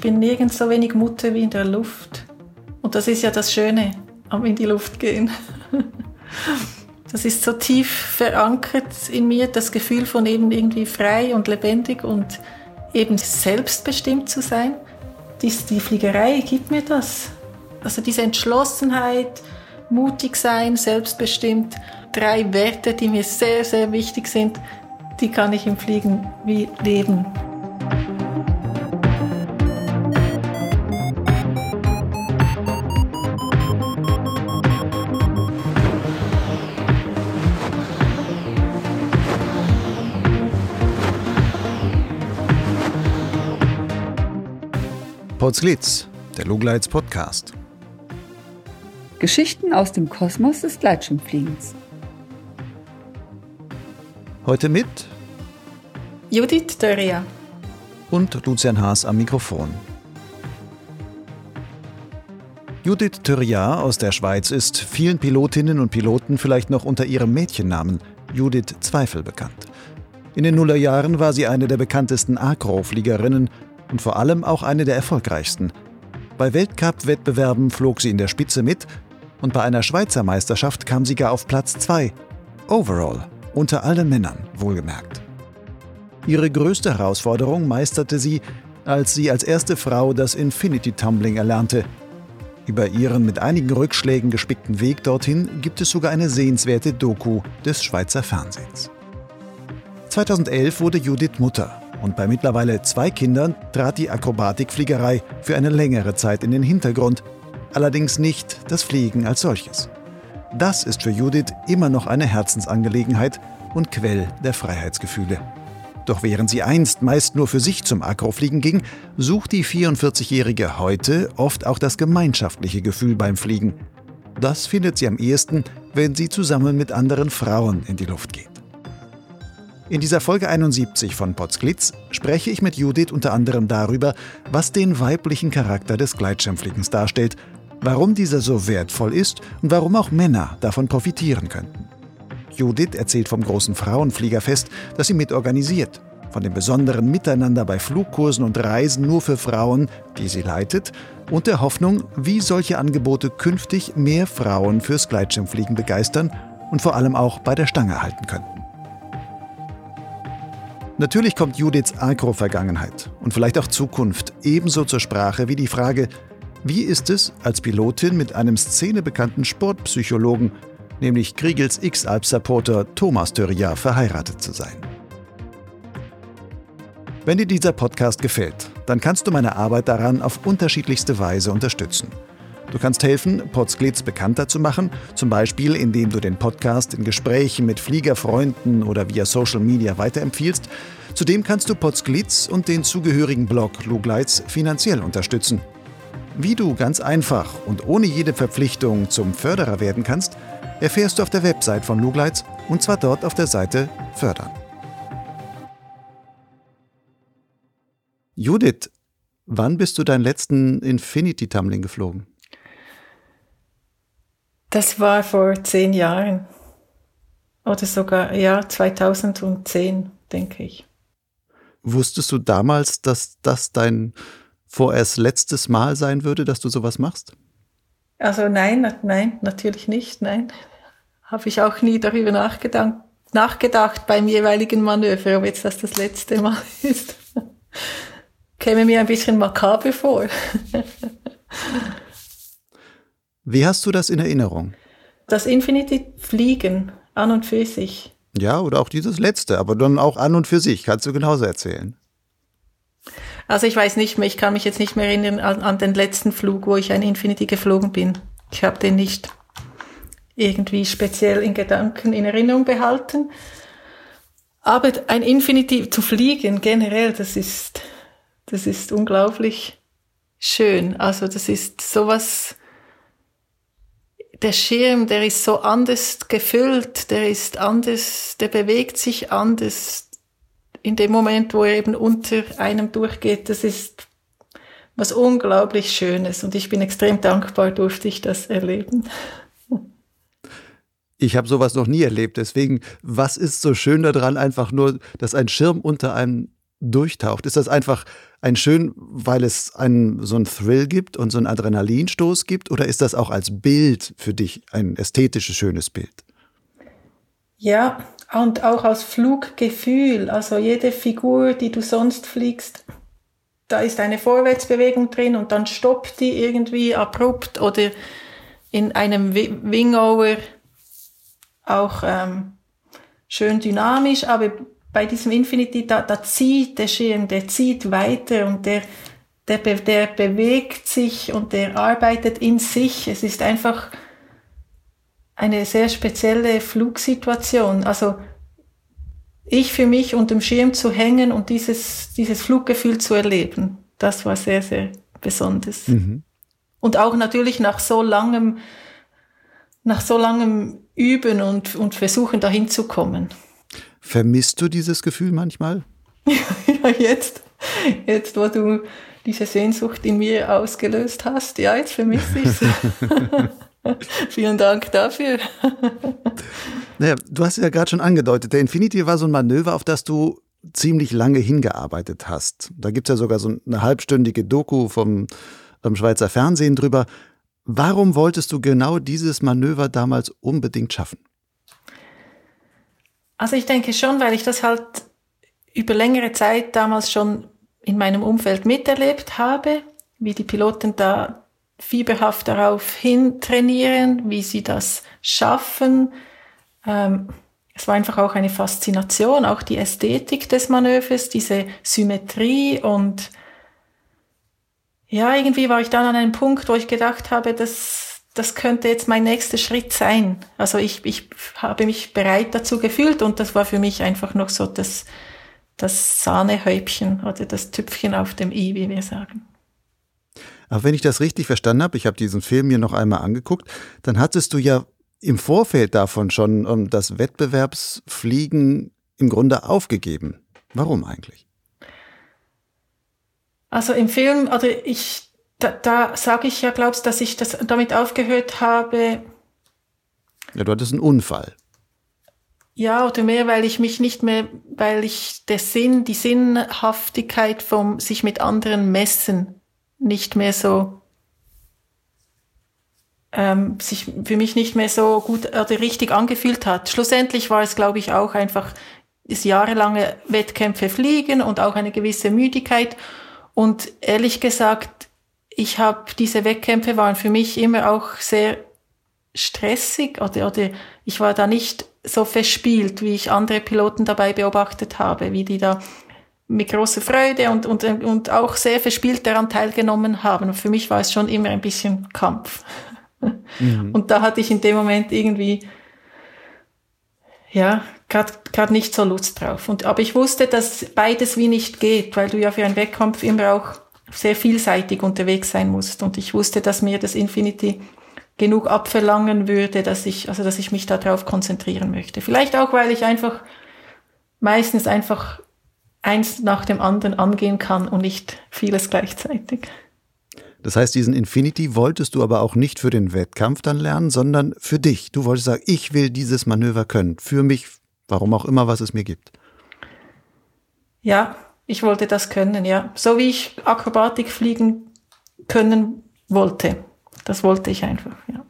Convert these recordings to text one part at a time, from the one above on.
bin nirgends so wenig Mutter wie in der Luft. Und das ist ja das Schöne am in die Luft gehen. Das ist so tief verankert in mir, das Gefühl von eben irgendwie frei und lebendig und eben selbstbestimmt zu sein. Die Fliegerei gibt mir das. Also diese Entschlossenheit, mutig sein, selbstbestimmt, 3 Werte, die mir sehr, sehr wichtig sind, die kann ich im Fliegen wie leben. Potsglitz, der Lugleits Podcast. Geschichten aus dem Kosmos des Gleitschirmfliegens. Heute mit Judith Dörria und Lucian Haas am Mikrofon. Judith Dörria aus der Schweiz ist vielen Pilotinnen und Piloten vielleicht noch unter ihrem Mädchennamen Judith Zweifel bekannt. In den Nullerjahren war sie eine der bekanntesten Acro-Fliegerinnen und vor allem auch eine der erfolgreichsten. Bei Weltcup-Wettbewerben flog sie in der Spitze mit und bei einer Schweizer Meisterschaft kam sie gar auf Platz 2, overall, unter allen Männern, wohlgemerkt. Ihre größte Herausforderung meisterte sie, als erste Frau das Infinity Tumbling erlernte. Über ihren mit einigen Rückschlägen gespickten Weg dorthin gibt es sogar eine sehenswerte Doku des Schweizer Fernsehens. 2011 wurde Judith Mutter. Und bei mittlerweile 2 Kindern trat die Akrobatikfliegerei für eine längere Zeit in den Hintergrund, allerdings nicht das Fliegen als solches. Das ist für Judith immer noch eine Herzensangelegenheit und Quell der Freiheitsgefühle. Doch während sie einst meist nur für sich zum Akrofliegen ging, sucht die 44-Jährige heute oft auch das gemeinschaftliche Gefühl beim Fliegen. Das findet sie am ehesten, wenn sie zusammen mit anderen Frauen in die Luft geht. In dieser Folge 71 von Potsglitz spreche ich mit Judith unter anderem darüber, was den weiblichen Charakter des Gleitschirmfliegens darstellt, warum dieser so wertvoll ist und warum auch Männer davon profitieren könnten. Judith erzählt vom großen Frauenfliegerfest, das sie mitorganisiert, von dem besonderen Miteinander bei Flugkursen und Reisen nur für Frauen, die sie leitet, und der Hoffnung, wie solche Angebote künftig mehr Frauen fürs Gleitschirmfliegen begeistern und vor allem auch bei der Stange halten könnten. Natürlich kommt Judiths Acro-Vergangenheit und vielleicht auch Zukunft ebenso zur Sprache wie die Frage, wie ist es, als Pilotin mit einem szenebekannten Sportpsychologen, nämlich Kriegels X-Alp-Supporter Thomas Dörria, verheiratet zu sein. Wenn dir dieser Podcast gefällt, dann kannst du meine Arbeit daran auf unterschiedlichste Weise unterstützen. Du kannst helfen, Potsglitz bekannter zu machen, zum Beispiel indem du den Podcast in Gesprächen mit Fliegerfreunden oder via Social Media weiterempfiehlst. Zudem kannst du Potsglitz und den zugehörigen Blog Lugleits finanziell unterstützen. Wie du ganz einfach und ohne jede Verpflichtung zum Förderer werden kannst, erfährst du auf der Website von Lugleits und zwar dort auf der Seite Fördern. Judith, wann bist du deinen letzten Infinity Tumbling geflogen? Das war vor 10 Jahren. Oder sogar, ja, 2010, denke ich. Wusstest du damals, dass das dein vorerst letztes Mal sein würde, dass du sowas machst? Also nein, natürlich nicht, nein. Habe ich auch nie darüber nachgedacht beim jeweiligen Manöver, ob jetzt das letzte Mal ist. Käme mir ein bisschen makaber vor. Wie hast du das in Erinnerung? Das Infinity-Fliegen an und für sich. Ja, oder auch dieses letzte, aber dann auch an und für sich. Kannst du genauso erzählen? Also ich weiß nicht mehr, ich kann mich jetzt nicht mehr erinnern an den letzten Flug, wo ich ein Infinity geflogen bin. Ich habe den nicht irgendwie speziell in Gedanken in Erinnerung behalten. Aber ein Infinity zu fliegen generell, das ist unglaublich schön. Also das ist sowas, der Schirm, der ist so anders gefüllt, der ist anders, der bewegt sich anders. In dem Moment, wo er eben unter einem durchgeht, das ist was unglaublich Schönes. Und ich bin extrem dankbar, durfte ich das erleben. Ich habe sowas noch nie erlebt. Deswegen, was ist so schön daran, einfach nur, dass ein Schirm unter einem durchtaucht? Ist das einfach weil es so einen Thrill gibt und so einen Adrenalinstoß gibt? Oder ist das auch als Bild für dich ein ästhetisches, schönes Bild? Ja, und auch als Fluggefühl. Also jede Figur, die du sonst fliegst, da ist eine Vorwärtsbewegung drin und dann stoppt die irgendwie abrupt oder in einem Wingover auch schön dynamisch, aber bei diesem Infinity, da zieht der Schirm, der zieht weiter und der bewegt sich und der arbeitet in sich. Es ist einfach eine sehr spezielle Flugsituation. Also ich für mich unter dem Schirm zu hängen und dieses Fluggefühl zu erleben, das war sehr, sehr besonders. Mhm. Und auch natürlich nach so langem Üben und Versuchen dahin zu kommen. Vermisst du dieses Gefühl manchmal? Ja, jetzt, wo du diese Sehnsucht in mir ausgelöst hast, ja, jetzt vermisse ich es. Vielen Dank dafür. Naja, du hast es ja gerade schon angedeutet, der Infinity war so ein Manöver, auf das du ziemlich lange hingearbeitet hast. Da gibt es ja sogar so eine halbstündige Doku vom Schweizer Fernsehen drüber. Warum wolltest du genau dieses Manöver damals unbedingt schaffen? Also ich denke schon, weil ich das halt über längere Zeit damals schon in meinem Umfeld miterlebt habe, wie die Piloten da fieberhaft darauf hin trainieren, wie sie das schaffen. Es war einfach auch eine Faszination, auch die Ästhetik des Manövers, diese Symmetrie und ja, irgendwie war ich dann an einem Punkt, wo ich gedacht habe, das könnte jetzt mein nächster Schritt sein. Also ich habe mich bereit dazu gefühlt und das war für mich einfach noch so das Sahnehäubchen oder das Tüpfchen auf dem i, wie wir sagen. Aber wenn ich das richtig verstanden habe, ich habe diesen Film mir noch einmal angeguckt, dann hattest du ja im Vorfeld davon schon das Wettbewerbsfliegen im Grunde aufgegeben. Warum eigentlich? Also im Film, oder da sage ich ja, glaubst, dass ich damit aufgehört habe. Ja, du hattest einen Unfall. Ja, oder mehr, weil ich die Sinnhaftigkeit vom sich mit anderen messen nicht mehr so, sich für mich nicht mehr so gut oder richtig angefühlt hat. Schlussendlich war es, glaube ich, auch einfach das jahrelange Wettkämpfe fliegen und auch eine gewisse Müdigkeit. Und ehrlich gesagt, diese Wettkämpfe waren für mich immer auch sehr stressig oder ich war da nicht so verspielt, wie ich andere Piloten dabei beobachtet habe, wie die da mit großer Freude und auch sehr verspielt daran teilgenommen haben. Und für mich war es schon immer ein bisschen Kampf. Mhm. Und da hatte ich in dem Moment irgendwie, ja, gerade nicht so Lust drauf. Aber ich wusste, dass beides wie nicht geht, weil du ja für einen Wettkampf immer auch sehr vielseitig unterwegs sein musst. Und ich wusste, dass mir das Infinity genug abverlangen würde, dass ich mich darauf konzentrieren möchte. Vielleicht auch, weil ich meistens einfach eins nach dem anderen angehen kann und nicht vieles gleichzeitig. Das heißt, diesen Infinity wolltest du aber auch nicht für den Wettkampf dann lernen, sondern für dich. Du wolltest sagen, ich will dieses Manöver können. Für mich, warum auch immer, was es mir gibt. Ja, ich wollte das können, ja. So wie ich Akrobatik fliegen können wollte. Das wollte ich einfach, ja.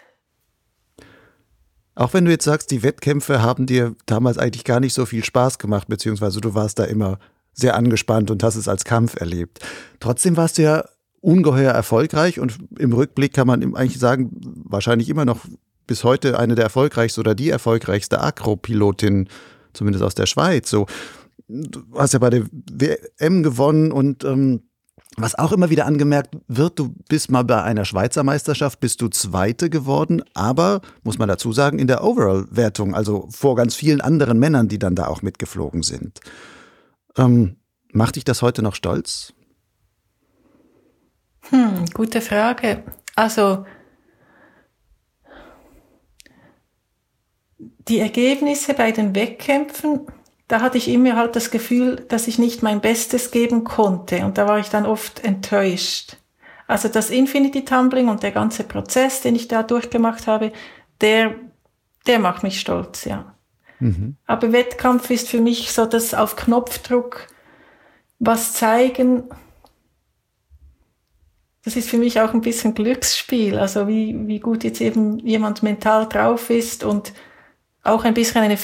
Auch wenn du jetzt sagst, die Wettkämpfe haben dir damals eigentlich gar nicht so viel Spaß gemacht, beziehungsweise du warst da immer sehr angespannt und hast es als Kampf erlebt. Trotzdem warst du ja ungeheuer erfolgreich und im Rückblick kann man eigentlich sagen, wahrscheinlich immer noch bis heute eine der erfolgreichsten oder die erfolgreichste Akropilotin, zumindest aus der Schweiz. So, du hast ja bei der WM gewonnen und was auch immer wieder angemerkt wird, du bist mal bei einer Schweizer Meisterschaft, bist du Zweite geworden, aber, muss man dazu sagen, in der Overall-Wertung, also vor ganz vielen anderen Männern, die dann da auch mitgeflogen sind. Macht dich das heute noch stolz? Gute Frage. Also, die Ergebnisse bei den Wettkämpfen, da hatte ich immer halt das Gefühl, dass ich nicht mein Bestes geben konnte. Und da war ich dann oft enttäuscht. Also das Infinity Tumbling und der ganze Prozess, den ich da durchgemacht habe, der macht mich stolz, ja. Mhm. Aber Wettkampf ist für mich so das auf Knopfdruck was zeigen, das ist für mich auch ein bisschen Glücksspiel, also wie gut jetzt eben jemand mental drauf ist und auch ein bisschen ein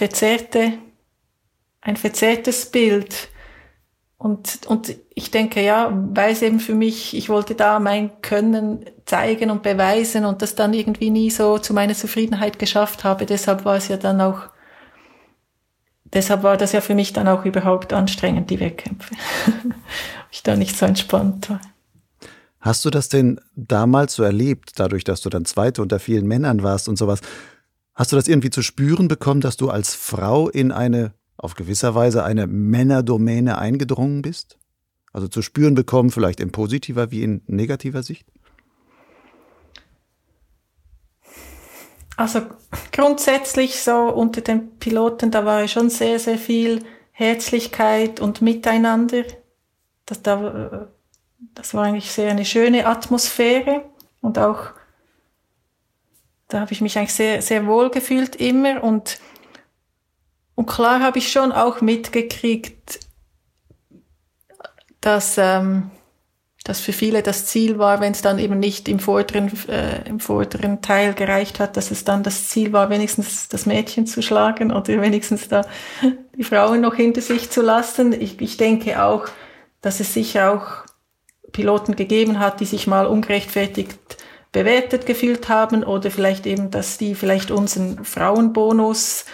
verzerrtes Bild. Und ich denke, ja, weil es eben für mich, ich wollte da mein Können zeigen und beweisen und das dann irgendwie nie so zu meiner Zufriedenheit geschafft habe. Deshalb war das ja für mich dann auch überhaupt anstrengend, die Wettkämpfe. Ich da nicht so entspannt war. Hast du das denn damals so erlebt, dadurch, dass du dann Zweite unter vielen Männern warst und sowas? Hast du das irgendwie zu spüren bekommen, dass du als Frau in auf gewisser Weise eine Männerdomäne eingedrungen bist? Also zu spüren bekommen, vielleicht in positiver wie in negativer Sicht? Also grundsätzlich so unter den Piloten, da war ja schon sehr, sehr viel Herzlichkeit und Miteinander. Das war eigentlich sehr eine schöne Atmosphäre und auch da habe ich mich eigentlich sehr, sehr wohl gefühlt immer und klar habe ich schon auch mitgekriegt, dass für viele das Ziel war, wenn es dann eben nicht im vorderen Teil gereicht hat, dass es dann das Ziel war, wenigstens das Mädchen zu schlagen oder wenigstens da die Frauen noch hinter sich zu lassen. Ich denke auch, dass es sicher auch Piloten gegeben hat, die sich mal ungerechtfertigt bewertet gefühlt haben oder vielleicht eben, dass die vielleicht unseren Frauenbonus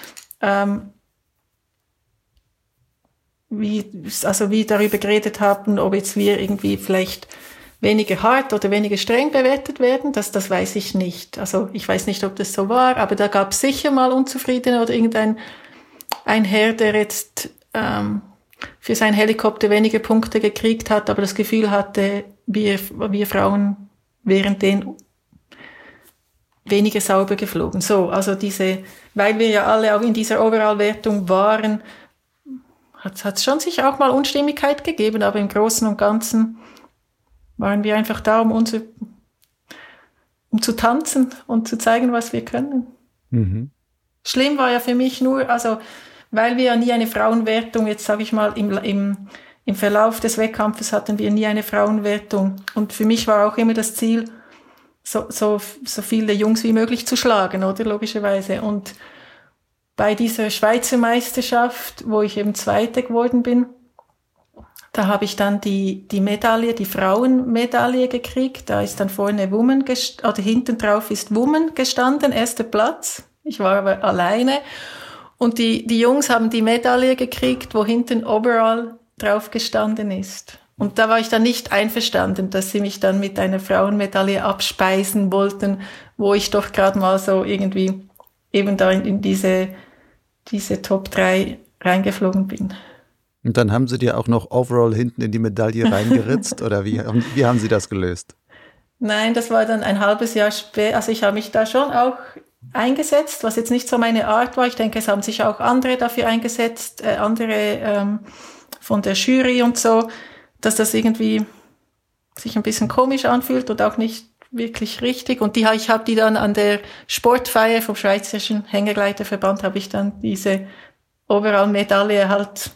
wie darüber geredet haben, ob jetzt wir irgendwie vielleicht weniger hart oder weniger streng bewertet werden, das weiß ich nicht. Also ich weiß nicht, ob das so war, aber da gab es sicher mal Unzufriedene oder ein Herr, der jetzt für seinen Helikopter weniger Punkte gekriegt hat, aber das Gefühl hatte, wir Frauen wären den weniger sauber geflogen. So, also weil wir ja alle auch in dieser Overall-Wertung waren, hat es schon sicher auch mal Unstimmigkeit gegeben, aber im Großen und Ganzen waren wir einfach da, um zu tanzen und zu zeigen, was wir können. Mhm. Schlimm war ja für mich nur, also weil wir ja nie eine Frauenwertung, jetzt sage ich mal, im Verlauf des Wettkampfes hatten wir nie eine Frauenwertung. Und für mich war auch immer das Ziel, so viele Jungs wie möglich zu schlagen, oder? Logischerweise. Und bei dieser Schweizer Meisterschaft, wo ich eben Zweite geworden bin, da habe ich dann die Medaille, die Frauenmedaille gekriegt. Da ist dann vorne Woman oder hinten drauf ist Woman gestanden, erster Platz. Ich war aber alleine. Und die Jungs haben die Medaille gekriegt, wo hinten Overall drauf gestanden ist. Und da war ich dann nicht einverstanden, dass sie mich dann mit einer Frauenmedaille abspeisen wollten, wo ich doch gerade mal so irgendwie eben da in diese Top 3 reingeflogen bin. Und dann haben sie dir auch noch Overall hinten in die Medaille reingeritzt oder wie haben sie das gelöst? Nein, das war dann ein halbes Jahr später. Also ich habe mich da schon auch eingesetzt, was jetzt nicht so meine Art war. Ich denke, es haben sich auch andere dafür eingesetzt, andere von der Jury und so, dass das irgendwie sich ein bisschen komisch anfühlt und auch nicht wirklich richtig. Und ich habe die dann an der Sportfeier vom Schweizerischen Hängegleiterverband, habe ich dann diese Overall-Medaille halt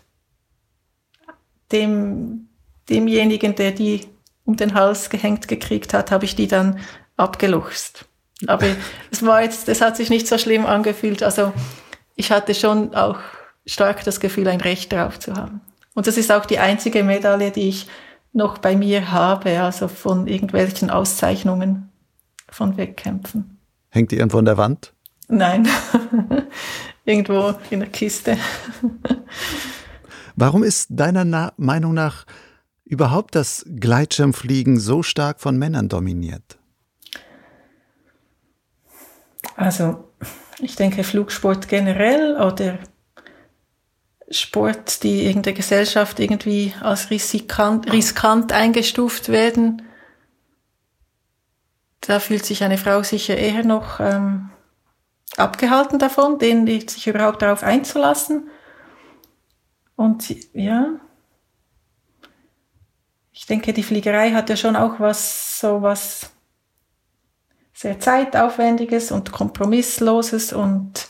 demjenigen, der die um den Hals gehängt gekriegt hat, habe ich die dann abgeluchst. Aber das hat sich nicht so schlimm angefühlt. Also ich hatte schon auch stark das Gefühl, ein Recht darauf zu haben. Und das ist auch die einzige Medaille, die ich noch bei mir habe, also von irgendwelchen Auszeichnungen von Wettkämpfen. Hängt die irgendwo an der Wand? Nein, irgendwo in der Kiste. Warum ist deiner Meinung nach überhaupt das Gleitschirmfliegen so stark von Männern dominiert? Also ich denke, Flugsport generell oder Sport, die in der Gesellschaft irgendwie als riskant eingestuft werden, da fühlt sich eine Frau sicher eher noch abgehalten davon, sich überhaupt darauf einzulassen. Und ja, ich denke, die Fliegerei hat ja schon auch was sehr Zeitaufwendiges und Kompromissloses und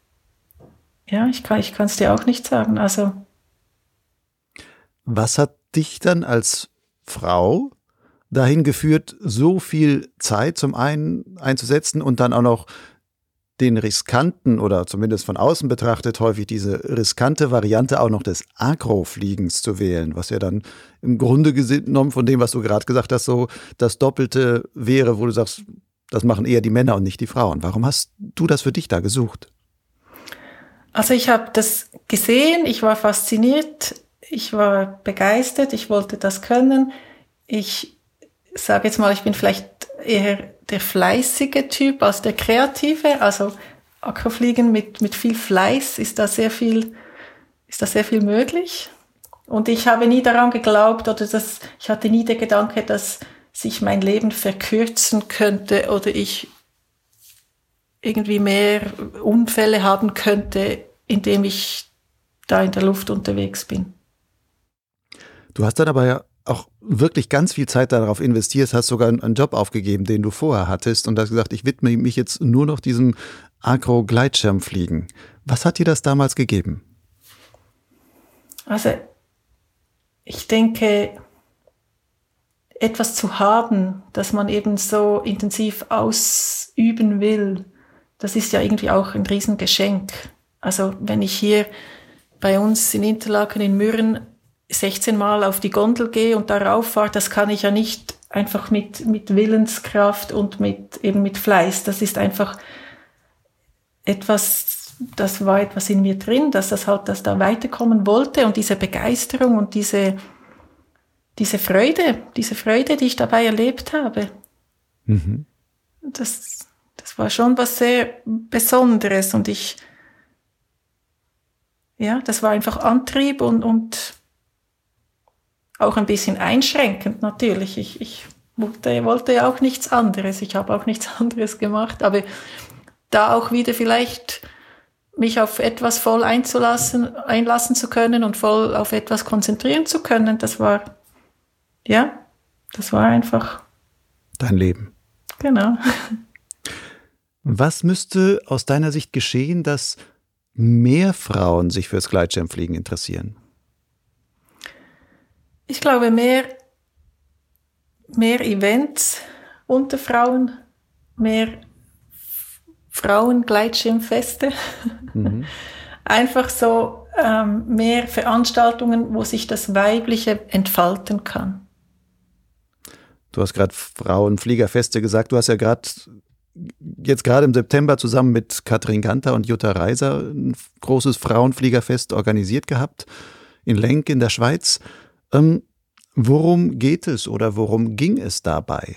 ja, ich kann es dir auch nicht sagen. Also was hat dich dann als Frau dahin geführt, so viel Zeit zum einen einzusetzen und dann auch noch den riskanten oder zumindest von außen betrachtet häufig diese riskante Variante auch noch des Akrofliegens zu wählen, was ja dann im Grunde genommen von dem, was du gerade gesagt hast, so das Doppelte wäre, wo du sagst, das machen eher die Männer und nicht die Frauen. Warum hast du das für dich da gesucht? Also ich habe das gesehen, ich war fasziniert, ich war begeistert, ich wollte das können. Ich sage jetzt mal, ich bin vielleicht eher der fleißige Typ als der kreative. Also Akrofliegen mit viel Fleiß ist da sehr viel möglich. Und ich habe nie daran geglaubt ich hatte nie den Gedanke, dass sich mein Leben verkürzen könnte oder ich irgendwie mehr Unfälle haben könnte, indem ich da in der Luft unterwegs bin. Du hast dann aber ja auch wirklich ganz viel Zeit darauf investiert, hast sogar einen Job aufgegeben, den du vorher hattest und hast gesagt, ich widme mich jetzt nur noch diesem Agro-Gleitschirmfliegen. Was hat dir das damals gegeben? Also ich denke, etwas zu haben, das man eben so intensiv ausüben will, das ist ja irgendwie auch ein Riesengeschenk. Also wenn ich hier bei uns in Interlaken in Mürren 16 Mal auf die Gondel gehe und darauf fahre, das kann ich ja nicht einfach mit Willenskraft und mit Fleiß. Das ist einfach das war etwas in mir drin, dass das da weiterkommen wollte und diese Begeisterung und diese Freude, die ich dabei erlebt habe. Mhm. Das war schon was sehr Besonderes und das war einfach Antrieb und auch ein bisschen einschränkend natürlich. Ich wollte ja auch nichts anderes. Ich habe auch nichts anderes gemacht. Aber da auch wieder vielleicht mich auf etwas voll einlassen zu können und voll auf etwas konzentrieren zu können, das war einfach dein Leben. Genau. Was müsste aus deiner Sicht geschehen, dass mehr Frauen sich fürs Gleitschirmfliegen interessieren? Ich glaube, mehr Events unter Frauen, mehr Frauen-Gleitschirmfeste. Mhm. Einfach so mehr Veranstaltungen, wo sich das Weibliche entfalten kann. Du hast gerade Frauenfliegerfeste gesagt. Du hast ja jetzt gerade im September zusammen mit Katrin Ganter und Jutta Reiser ein großes Frauenfliegerfest organisiert gehabt in Lenk in der Schweiz. Worum geht es oder worum ging es dabei?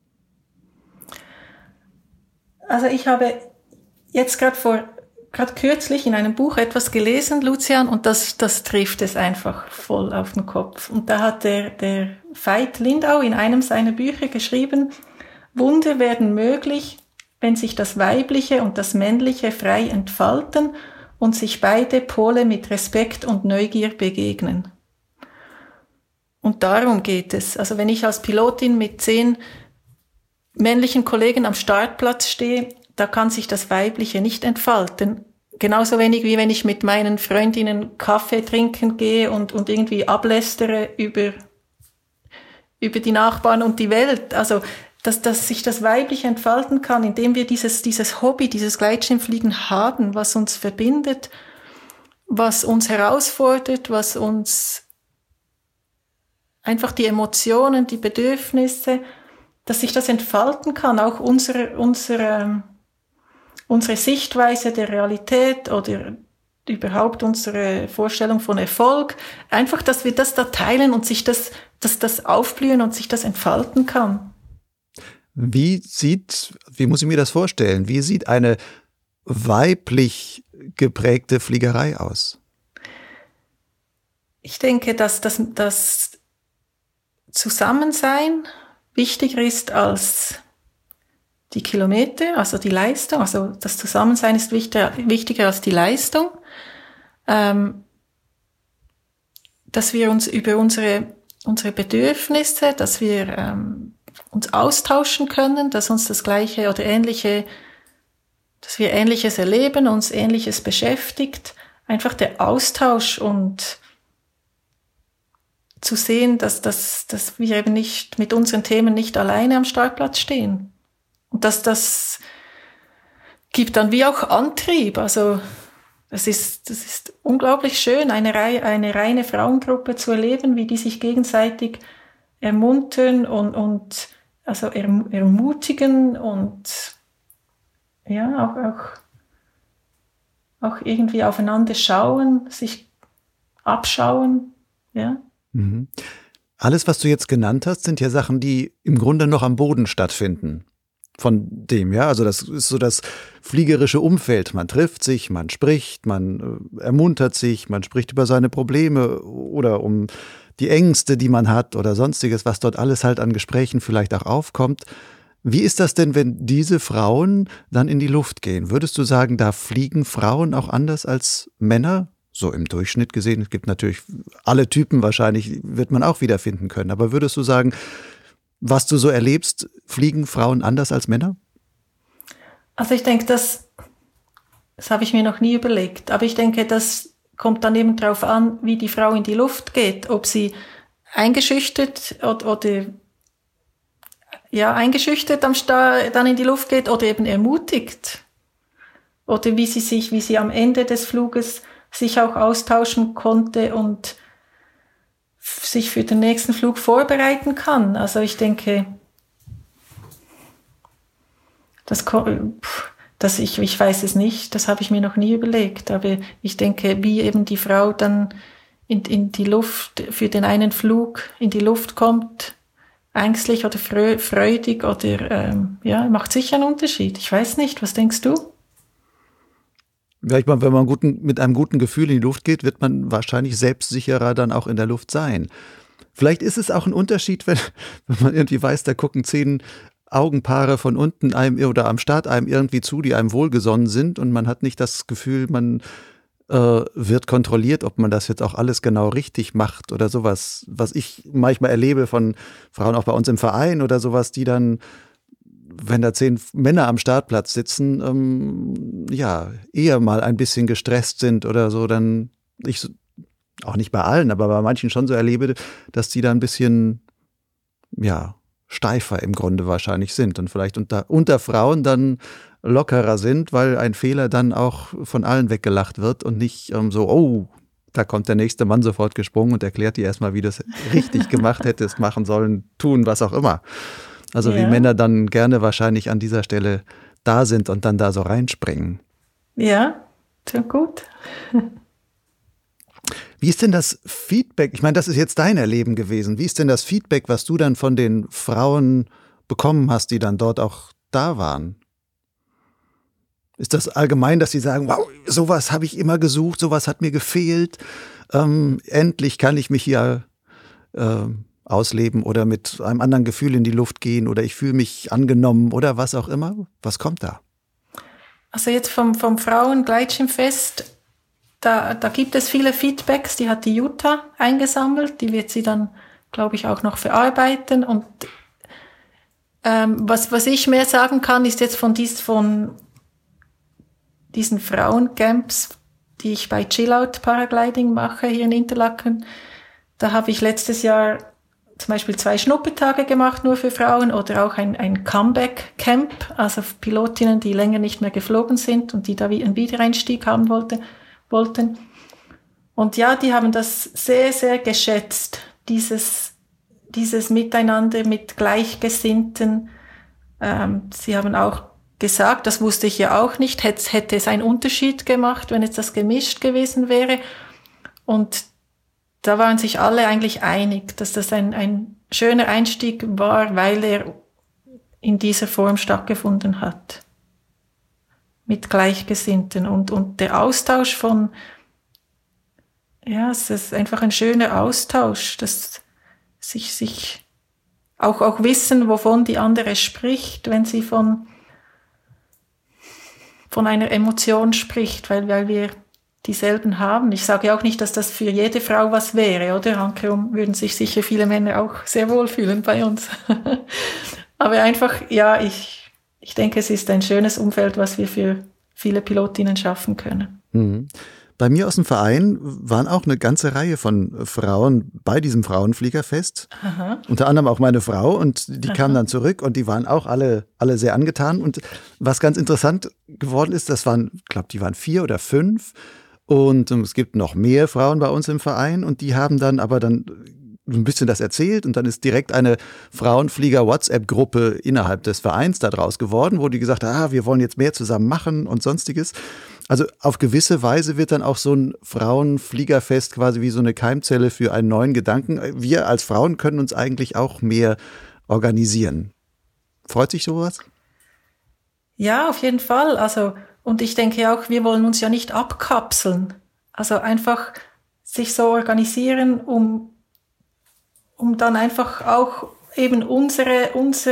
Also ich habe jetzt gerade kürzlich in einem Buch etwas gelesen, Lucian, und das trifft es einfach voll auf den Kopf. Und da hat der Veit Lindau in einem seiner Bücher geschrieben, Wunder werden möglich, wenn sich das Weibliche und das Männliche frei entfalten und sich beide Pole mit Respekt und Neugier begegnen. Und darum geht es. Also wenn ich als Pilotin mit 10 männlichen Kollegen am Startplatz stehe, da kann sich das Weibliche nicht entfalten. Genauso wenig wie wenn ich mit meinen Freundinnen Kaffee trinken gehe und irgendwie ablästere über die Nachbarn und die Welt. Also dass sich das Weibliche entfalten kann, indem wir dieses Hobby, dieses Gleitschirmfliegen haben, was uns verbindet, was uns herausfordert, was uns einfach die Emotionen, die Bedürfnisse, dass sich das entfalten kann, auch unsere Sichtweise der Realität oder überhaupt unsere Vorstellung von Erfolg. Einfach, dass wir das da teilen und dass das aufblühen und sich das entfalten kann. Wie muss ich mir das vorstellen? Wie sieht eine weiblich geprägte Fliegerei aus? Ich denke, dass das Zusammensein wichtiger ist als die Kilometer, also die Leistung. Also das Zusammensein ist wichtiger als die Leistung. Dass wir uns über unsere Bedürfnisse, dass wir uns austauschen können, dass uns das Gleiche oder Ähnliche, dass wir Ähnliches erleben, uns Ähnliches beschäftigt. Einfach der Austausch und zu sehen, dass wir eben nicht mit unseren Themen nicht alleine am Startplatz stehen. Und das gibt dann wie auch Antrieb. Also das ist unglaublich schön, eine reine Frauengruppe zu erleben, wie die sich gegenseitig ermuntern und also ermutigen und ja, auch irgendwie aufeinander schauen, sich abschauen, ja. Mhm. Alles, was du jetzt genannt hast, sind ja Sachen, die im Grunde noch am Boden stattfinden. Von dem, ja, also das ist so das fliegerische Umfeld. Man trifft sich, man spricht, man ermuntert sich, man spricht über seine Probleme oder um die Ängste, die man hat oder sonstiges, was dort alles halt an Gesprächen vielleicht auch aufkommt. Wie ist das denn, wenn diese Frauen dann in die Luft gehen? Würdest du sagen, da fliegen Frauen auch anders als Männer? So im Durchschnitt gesehen. Es gibt natürlich alle Typen wahrscheinlich, wird man auch wiederfinden können. Aber würdest du sagen, was du so erlebst, fliegen Frauen anders als Männer? Also ich denke, das habe ich mir noch nie überlegt. Aber ich denke, das kommt dann eben darauf an, wie die Frau in die Luft geht. Ob sie eingeschüchtert oder eingeschüchtert dann in die Luft geht oder eben ermutigt. Oder wie sie am Ende des Fluges sich auch austauschen konnte und sich für den nächsten Flug vorbereiten kann. Also ich denke, ich weiß es nicht, das habe ich mir noch nie überlegt, aber ich denke, wie eben die Frau dann in die Luft, für den einen Flug in die Luft kommt, ängstlich oder freudig oder macht sicher einen Unterschied. Ich weiß nicht, was denkst du? Wenn man mit einem guten Gefühl in die Luft geht, wird man wahrscheinlich selbstsicherer dann auch in der Luft sein. Vielleicht ist es auch ein Unterschied, wenn man irgendwie weiß, da gucken 10 Augenpaare von unten einem oder am Start einem irgendwie zu, die einem wohlgesonnen sind und man hat nicht das Gefühl, man wird kontrolliert, ob man das jetzt auch alles genau richtig macht oder sowas, was ich manchmal erlebe von Frauen auch bei uns im Verein oder sowas, die dann, wenn da 10 Männer am Startplatz sitzen, eher mal ein bisschen gestresst sind oder so, dann ich auch nicht bei allen, aber bei manchen schon so erlebe, dass die da ein bisschen, steifer im Grunde wahrscheinlich sind und vielleicht unter Frauen dann lockerer sind, weil ein Fehler dann auch von allen weggelacht wird und nicht da kommt der nächste Mann sofort gesprungen und erklärt dir erstmal, wie du es richtig gemacht hättest, machen sollen, tun, was auch immer. Also wie Männer dann gerne wahrscheinlich an dieser Stelle da sind und dann da so reinspringen. Ja, sehr gut. Wie ist denn das Feedback? Ich meine, das ist jetzt dein Erleben gewesen. Wie ist denn das Feedback, was du dann von den Frauen bekommen hast, die dann dort auch da waren? Ist das allgemein, dass sie sagen, wow, sowas habe ich immer gesucht, sowas hat mir gefehlt, endlich kann ich mich hier ausleben oder mit einem anderen Gefühl in die Luft gehen oder ich fühle mich angenommen oder was auch immer? Was kommt da? Also jetzt vom Frauengleitschirmfest, da gibt es viele Feedbacks, die hat die Jutta eingesammelt, die wird sie dann, glaube ich, auch noch verarbeiten und was ich mehr sagen kann, ist jetzt von diesen Frauencamps, die ich bei Chillout Paragliding mache hier in Interlaken, da habe ich letztes Jahr zum Beispiel 2 Schnuppertage gemacht, nur für Frauen, oder auch ein Comeback-Camp, also Pilotinnen, die länger nicht mehr geflogen sind und die da einen Wiedereinstieg haben wollten. Und ja, die haben das sehr, sehr geschätzt, dieses Miteinander mit Gleichgesinnten. Sie haben auch gesagt, das wusste ich ja auch nicht, hätte es einen Unterschied gemacht, wenn jetzt das gemischt gewesen wäre. Und da waren sich alle eigentlich einig, dass das ein schöner Einstieg war, weil er in dieser Form stattgefunden hat. Mit Gleichgesinnten. Und der Austausch es ist einfach ein schöner Austausch, dass sich auch wissen, wovon die andere spricht, wenn sie von einer Emotion spricht, weil wir dieselben haben. Ich sage auch nicht, dass das für jede Frau was wäre, oder? Hankerum würden sich sicher viele Männer auch sehr wohlfühlen bei uns. Aber einfach, ich denke, es ist ein schönes Umfeld, was wir für viele Pilotinnen schaffen können. Mhm. Bei mir aus dem Verein waren auch eine ganze Reihe von Frauen bei diesem Frauenfliegerfest. Aha. Unter anderem auch meine Frau, und die kamen dann zurück und die waren auch alle sehr angetan. Und was ganz interessant geworden ist, ich glaube, die waren 4 oder 5. Und es gibt noch mehr Frauen bei uns im Verein, und die haben dann aber dann ein bisschen das erzählt, und dann ist direkt eine Frauenflieger-WhatsApp-Gruppe innerhalb des Vereins daraus geworden, wo die gesagt haben, wir wollen jetzt mehr zusammen machen und sonstiges. Also auf gewisse Weise wird dann auch so ein Frauenfliegerfest quasi wie so eine Keimzelle für einen neuen Gedanken. Wir als Frauen können uns eigentlich auch mehr organisieren. Freut sich sowas? Ja, auf jeden Fall. Also, und ich denke auch, wir wollen uns ja nicht abkapseln. Also einfach sich so organisieren, um dann einfach auch eben unsere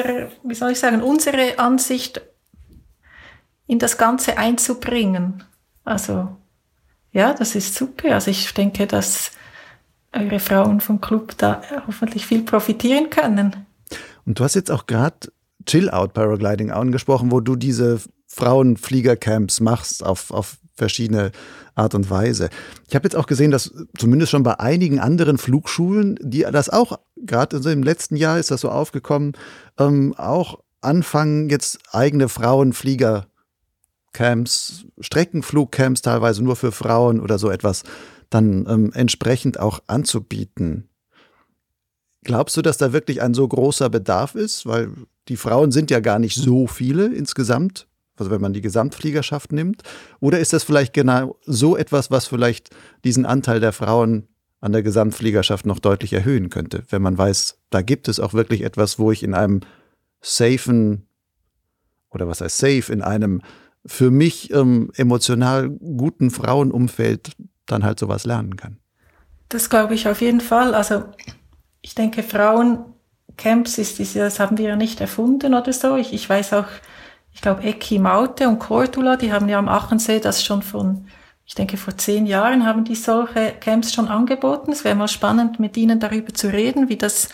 Ansicht in das Ganze einzubringen. Also, ja, das ist super. Also ich denke, dass eure Frauen vom Club da hoffentlich viel profitieren können. Und du hast jetzt auch gerade Chill-Out-Paragliding angesprochen, wo du diese Frauenfliegercamps machst auf verschiedene Art und Weise. Ich habe jetzt auch gesehen, dass zumindest schon bei einigen anderen Flugschulen, die das auch, gerade im letzten Jahr ist das so aufgekommen, auch anfangen, jetzt eigene Frauenfliegercamps, Streckenflugcamps teilweise nur für Frauen oder so etwas dann entsprechend auch anzubieten. Glaubst du, dass da wirklich ein so großer Bedarf ist? Weil die Frauen sind ja gar nicht so viele insgesamt, also wenn man die Gesamtfliegerschaft nimmt. Oder ist das vielleicht genau so etwas, was vielleicht diesen Anteil der Frauen an der Gesamtfliegerschaft noch deutlich erhöhen könnte, wenn man weiß, da gibt es auch wirklich etwas, wo ich in einem safen, oder was heißt safe, in einem für mich emotional guten Frauenumfeld dann halt sowas lernen kann? Das glaube ich auf jeden Fall. Also ich denke, Frauencamps das haben wir ja nicht erfunden oder so. Ich weiß auch, ich glaube, Ecki Maute und Cordula, die haben ja am Achensee das schon ich denke, vor 10 Jahren haben die solche Camps schon angeboten. Es wäre mal spannend, mit ihnen darüber zu reden,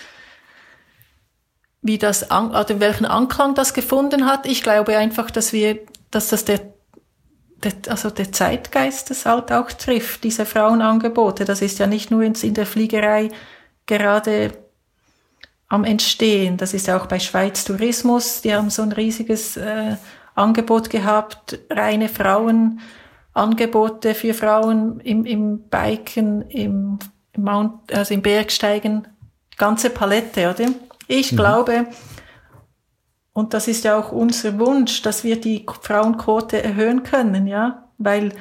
welchen Anklang das gefunden hat. Ich glaube einfach, dass das der Zeitgeist das halt auch trifft, diese Frauenangebote. Das ist ja nicht nur in der Fliegerei gerade am Entstehen. Das ist ja auch bei Schweiz Tourismus. Die haben so ein riesiges Angebot gehabt, reine Frauenangebote für Frauen im Biken, im Bergsteigen, ganze Palette, oder? Ich glaube, und das ist ja auch unser Wunsch, dass wir die Frauenquote erhöhen können, ja, weil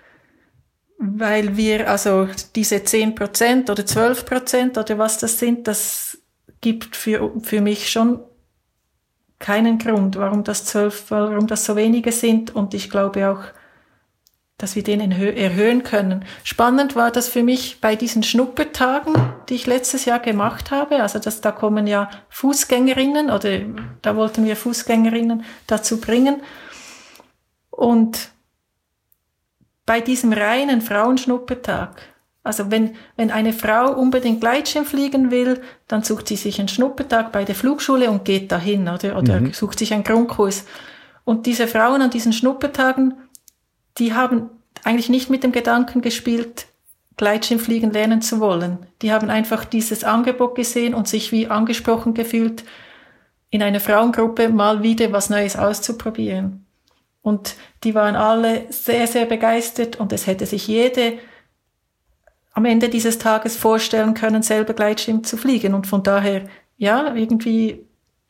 wir also diese 10% oder 12% oder was das sind, das gibt für mich schon keinen Grund, warum das so wenige sind, und ich glaube auch, dass wir den erhöhen können. Spannend war das für mich bei diesen Schnuppertagen, die ich letztes Jahr gemacht habe. Also da kommen ja Fußgängerinnen, oder da wollten wir Fußgängerinnen dazu bringen. Und bei diesem reinen Frauenschnuppertag, also wenn eine Frau unbedingt Gleitschirm fliegen will, dann sucht sie sich einen Schnuppertag bei der Flugschule und geht dahin, oder sucht sich einen Grundkurs. Und diese Frauen an diesen Schnuppertagen, die haben eigentlich nicht mit dem Gedanken gespielt, Gleitschirmfliegen lernen zu wollen. Die haben einfach dieses Angebot gesehen und sich wie angesprochen gefühlt, in einer Frauengruppe mal wieder was Neues auszuprobieren. Und die waren alle sehr, sehr begeistert, und es hätte sich jede am Ende dieses Tages vorstellen können, selber Gleitschirm zu fliegen. Und von daher, ja, irgendwie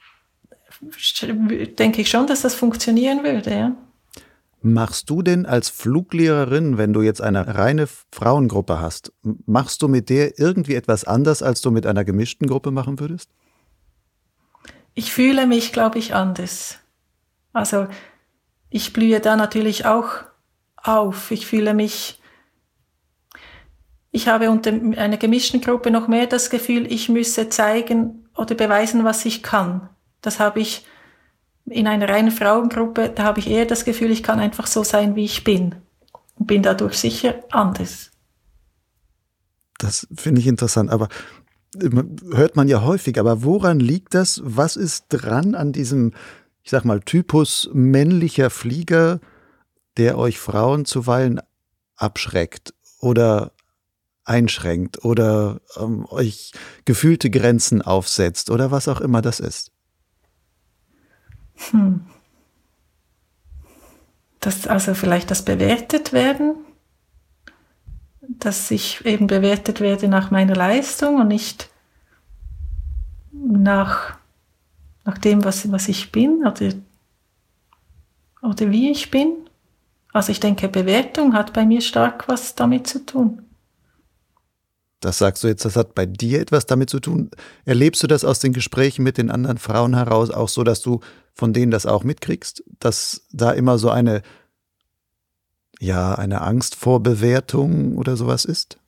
denke ich schon, dass das funktionieren würde, ja. Machst du denn als Fluglehrerin, wenn du jetzt eine reine Frauengruppe hast, machst du mit der irgendwie etwas anders, als du mit einer gemischten Gruppe machen würdest? Ich fühle mich, glaube ich, anders. Also ich blühe da natürlich auch auf. Ich habe unter einer gemischten Gruppe noch mehr das Gefühl, ich müsse zeigen oder beweisen, was ich kann. Das habe ich in einer reinen Frauengruppe, da habe ich eher das Gefühl, ich kann einfach so sein, wie ich bin. Und bin dadurch sicher anders. Das finde ich interessant, aber hört man ja häufig. Aber woran liegt das? Was ist dran an diesem, ich sag mal, Typus männlicher Flieger, der euch Frauen zuweilen abschreckt oder einschränkt oder euch gefühlte Grenzen aufsetzt oder was auch immer das ist? Also vielleicht das bewertet werden, dass ich eben bewertet werde nach meiner Leistung und nicht nach dem, was ich bin oder wie ich bin. Also ich denke, Bewertung hat bei mir stark was damit zu tun. Das sagst du jetzt, das hat bei dir etwas damit zu tun. Erlebst du das aus den Gesprächen mit den anderen Frauen heraus auch so, dass du von denen das auch mitkriegst? Dass da immer so eine Angst vor Bewertung oder sowas ist?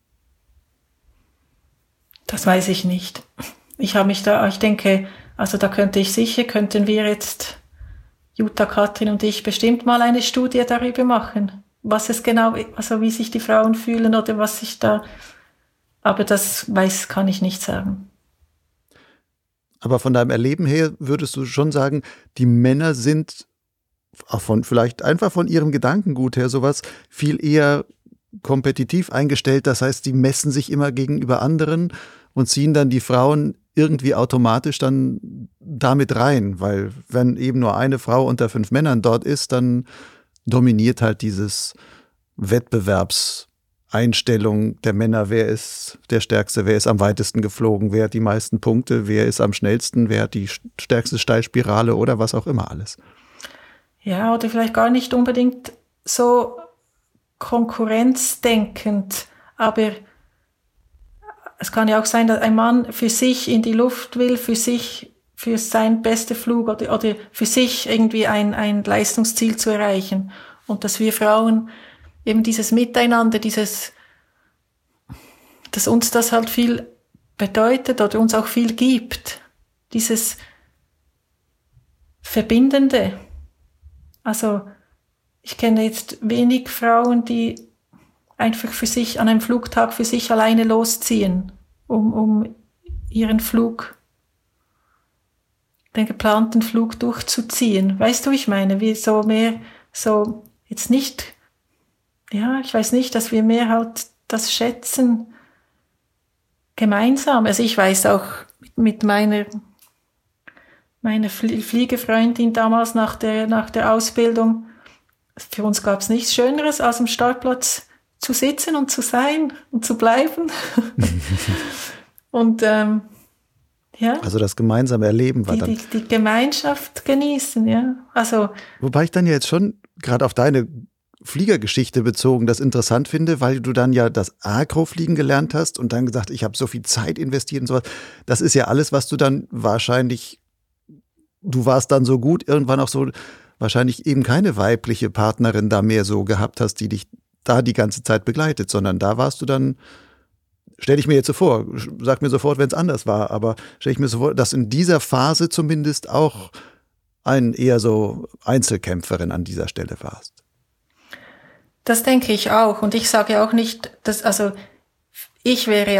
Das weiß ich nicht. Ich denke, also da könnten wir jetzt, Jutta, Katrin und ich, bestimmt mal eine Studie darüber machen, was es genau, also wie sich die Frauen fühlen oder was sich da, aber kann ich nicht sagen. Aber von deinem Erleben her würdest du schon sagen, die Männer sind auch vielleicht einfach von ihrem Gedankengut her sowas viel eher kompetitiv eingestellt. Das heißt, die messen sich immer gegenüber anderen und ziehen dann die Frauen irgendwie automatisch dann damit rein, weil wenn eben nur eine Frau unter 5 Männern dort ist, dann dominiert halt dieses Wettbewerbseinstellung der Männer. Wer ist der Stärkste, wer ist am weitesten geflogen, wer hat die meisten Punkte, wer ist am schnellsten, wer hat die stärkste Steilspirale oder was auch immer alles. Ja, oder vielleicht gar nicht unbedingt so konkurrenzdenkend, aber es kann ja auch sein, dass ein Mann für sich in die Luft will, für sein bester Flug oder für sich irgendwie ein Leistungsziel zu erreichen. Und dass wir Frauen eben dieses Miteinander, dass uns das halt viel bedeutet oder uns auch viel gibt, dieses Verbindende. Also ich kenne jetzt wenig Frauen, die einfach für sich an einem Flugtag für sich alleine losziehen, um ihren Flug, den geplanten Flug durchzuziehen. Weißt du, wie ich meine? Wie so mehr, so jetzt nicht, ja, ich weiß nicht, dass wir mehr halt das schätzen gemeinsam. Also ich weiß auch mit meiner Fliegefreundin damals nach der Ausbildung, für uns gab es nichts Schöneres, als am Startplatz zu sitzen und zu sein und zu bleiben. Und ja. Also das gemeinsame Erleben war dann. Die Gemeinschaft genießen, ja. Also. Wobei ich dann ja jetzt schon gerade auf deine Fliegergeschichte bezogen das interessant finde, weil du dann ja das Acro-Fliegen gelernt hast und dann gesagt, ich habe so viel Zeit investiert und sowas. Das ist ja alles, was du dann wahrscheinlich, du warst dann so gut, irgendwann auch so wahrscheinlich eben keine weibliche Partnerin da mehr so gehabt hast, die dich da die ganze Zeit begleitet, sondern da warst du dann, stelle ich mir jetzt so vor, sag mir sofort, wenn es anders war, aber stelle ich mir so vor, dass in dieser Phase zumindest auch eher so Einzelkämpferin an dieser Stelle warst. Das denke ich auch. Und ich sage auch nicht, ich wäre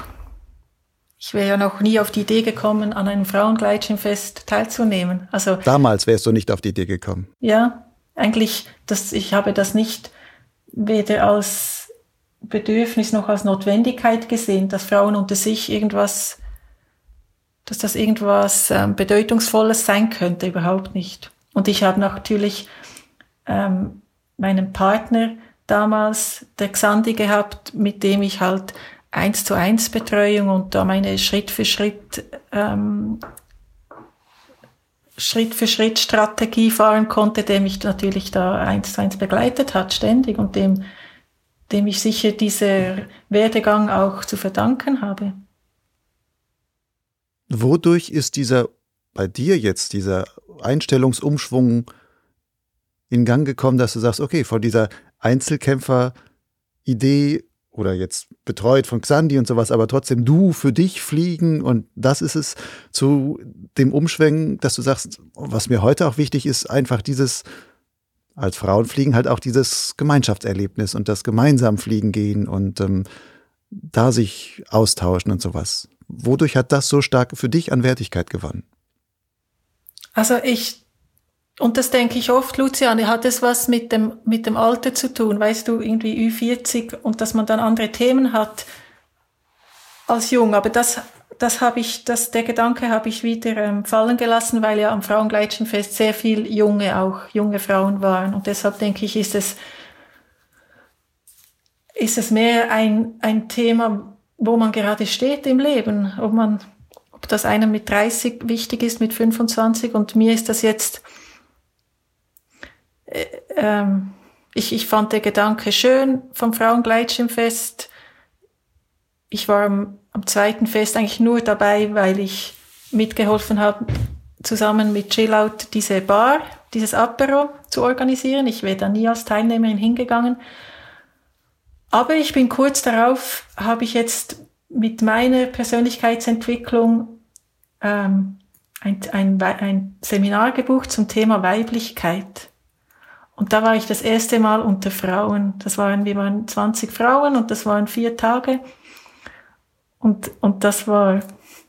ja noch nie auf die Idee gekommen, an einem Frauengleitschirmfest teilzunehmen. Also damals wärst du nicht auf die Idee gekommen. Ja, eigentlich, ich habe das nicht weder als Bedürfnis noch als Notwendigkeit gesehen, dass Frauen unter sich dass das irgendwas Bedeutungsvolles sein könnte, überhaupt nicht. Und ich habe natürlich meinen Partner damals, der Xandi, gehabt, mit dem ich halt 1:1 Betreuung und da meine Schritt für Schritt Strategie fahren konnte, der mich natürlich da 1:1 begleitet hat, ständig, und dem ich sicher dieser Werdegang auch zu verdanken habe. Wodurch ist bei dir jetzt dieser Einstellungsumschwung in Gang gekommen, dass du sagst, okay, von dieser Einzelkämpfer-Idee oder jetzt betreut von Xandi und sowas, aber trotzdem du für dich fliegen und das ist es, zu dem Umschwenken, dass du sagst, was mir heute auch wichtig ist, einfach dieses, als Frauen fliegen halt auch dieses Gemeinschaftserlebnis und das gemeinsam fliegen gehen und da sich austauschen und sowas. Wodurch hat das so stark für dich an Wertigkeit gewonnen? Also Und das denke ich oft, Luciane, hat es was mit dem Alter zu tun, weißt du, irgendwie Ü40 und dass man dann andere Themen hat als jung. Aber der Gedanke habe ich wieder fallen gelassen, weil ja am Frauengleitschirmfest sehr viel junge Frauen waren. Und deshalb denke ich, ist es mehr ein Thema, wo man gerade steht im Leben. Ob das einem mit 30 wichtig ist, mit 25. Und mir ist das jetzt, ich fand den Gedanke schön vom Frauengleitschirmfest. Ich war am zweiten Fest eigentlich nur dabei, weil ich mitgeholfen habe, zusammen mit Chillout diese Bar, dieses Apero zu organisieren. Ich wäre da nie als Teilnehmerin hingegangen. Aber ich bin kurz darauf, habe ich jetzt mit meiner Persönlichkeitsentwicklung ein Seminar gebucht zum Thema Weiblichkeit. Und da war ich das erste Mal unter Frauen. Wir waren 20 Frauen und das waren 4 Tage. Und das war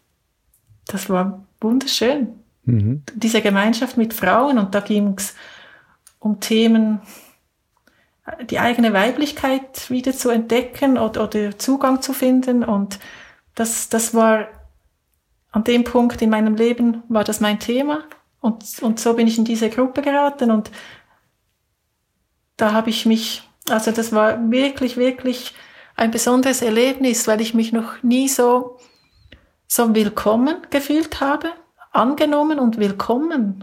wunderschön. Mhm. Diese Gemeinschaft mit Frauen, und da ging es um Themen, die eigene Weiblichkeit wieder zu entdecken oder Zugang zu finden. Und das war an dem Punkt in meinem Leben, war das mein Thema. Und so bin ich in diese Gruppe geraten. Und da habe ich das war wirklich, wirklich ein besonderes Erlebnis, weil ich mich noch nie so willkommen gefühlt habe, angenommen und willkommen.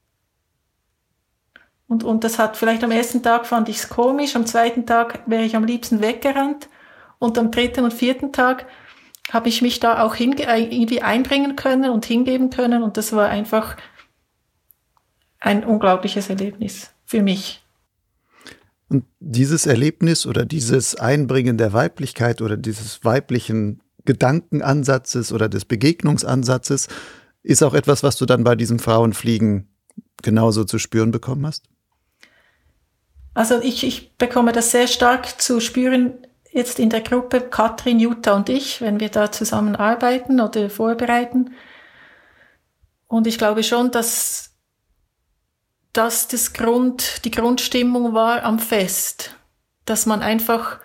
Und das hat vielleicht am ersten Tag fand ich es komisch, am zweiten Tag wäre ich am liebsten weggerannt und am dritten und vierten Tag habe ich mich da auch irgendwie einbringen können und hingeben können und das war einfach ein unglaubliches Erlebnis für mich. Und dieses Erlebnis oder dieses Einbringen der Weiblichkeit oder dieses weiblichen Gedankenansatzes oder des Begegnungsansatzes ist auch etwas, was du dann bei diesem Frauenfliegen genauso zu spüren bekommen hast? Also ich bekomme das sehr stark zu spüren jetzt in der Gruppe Katrin, Jutta und ich, wenn wir da zusammen arbeiten oder vorbereiten. Und ich glaube schon, dass die Grundstimmung war am Fest. Dass man einfach,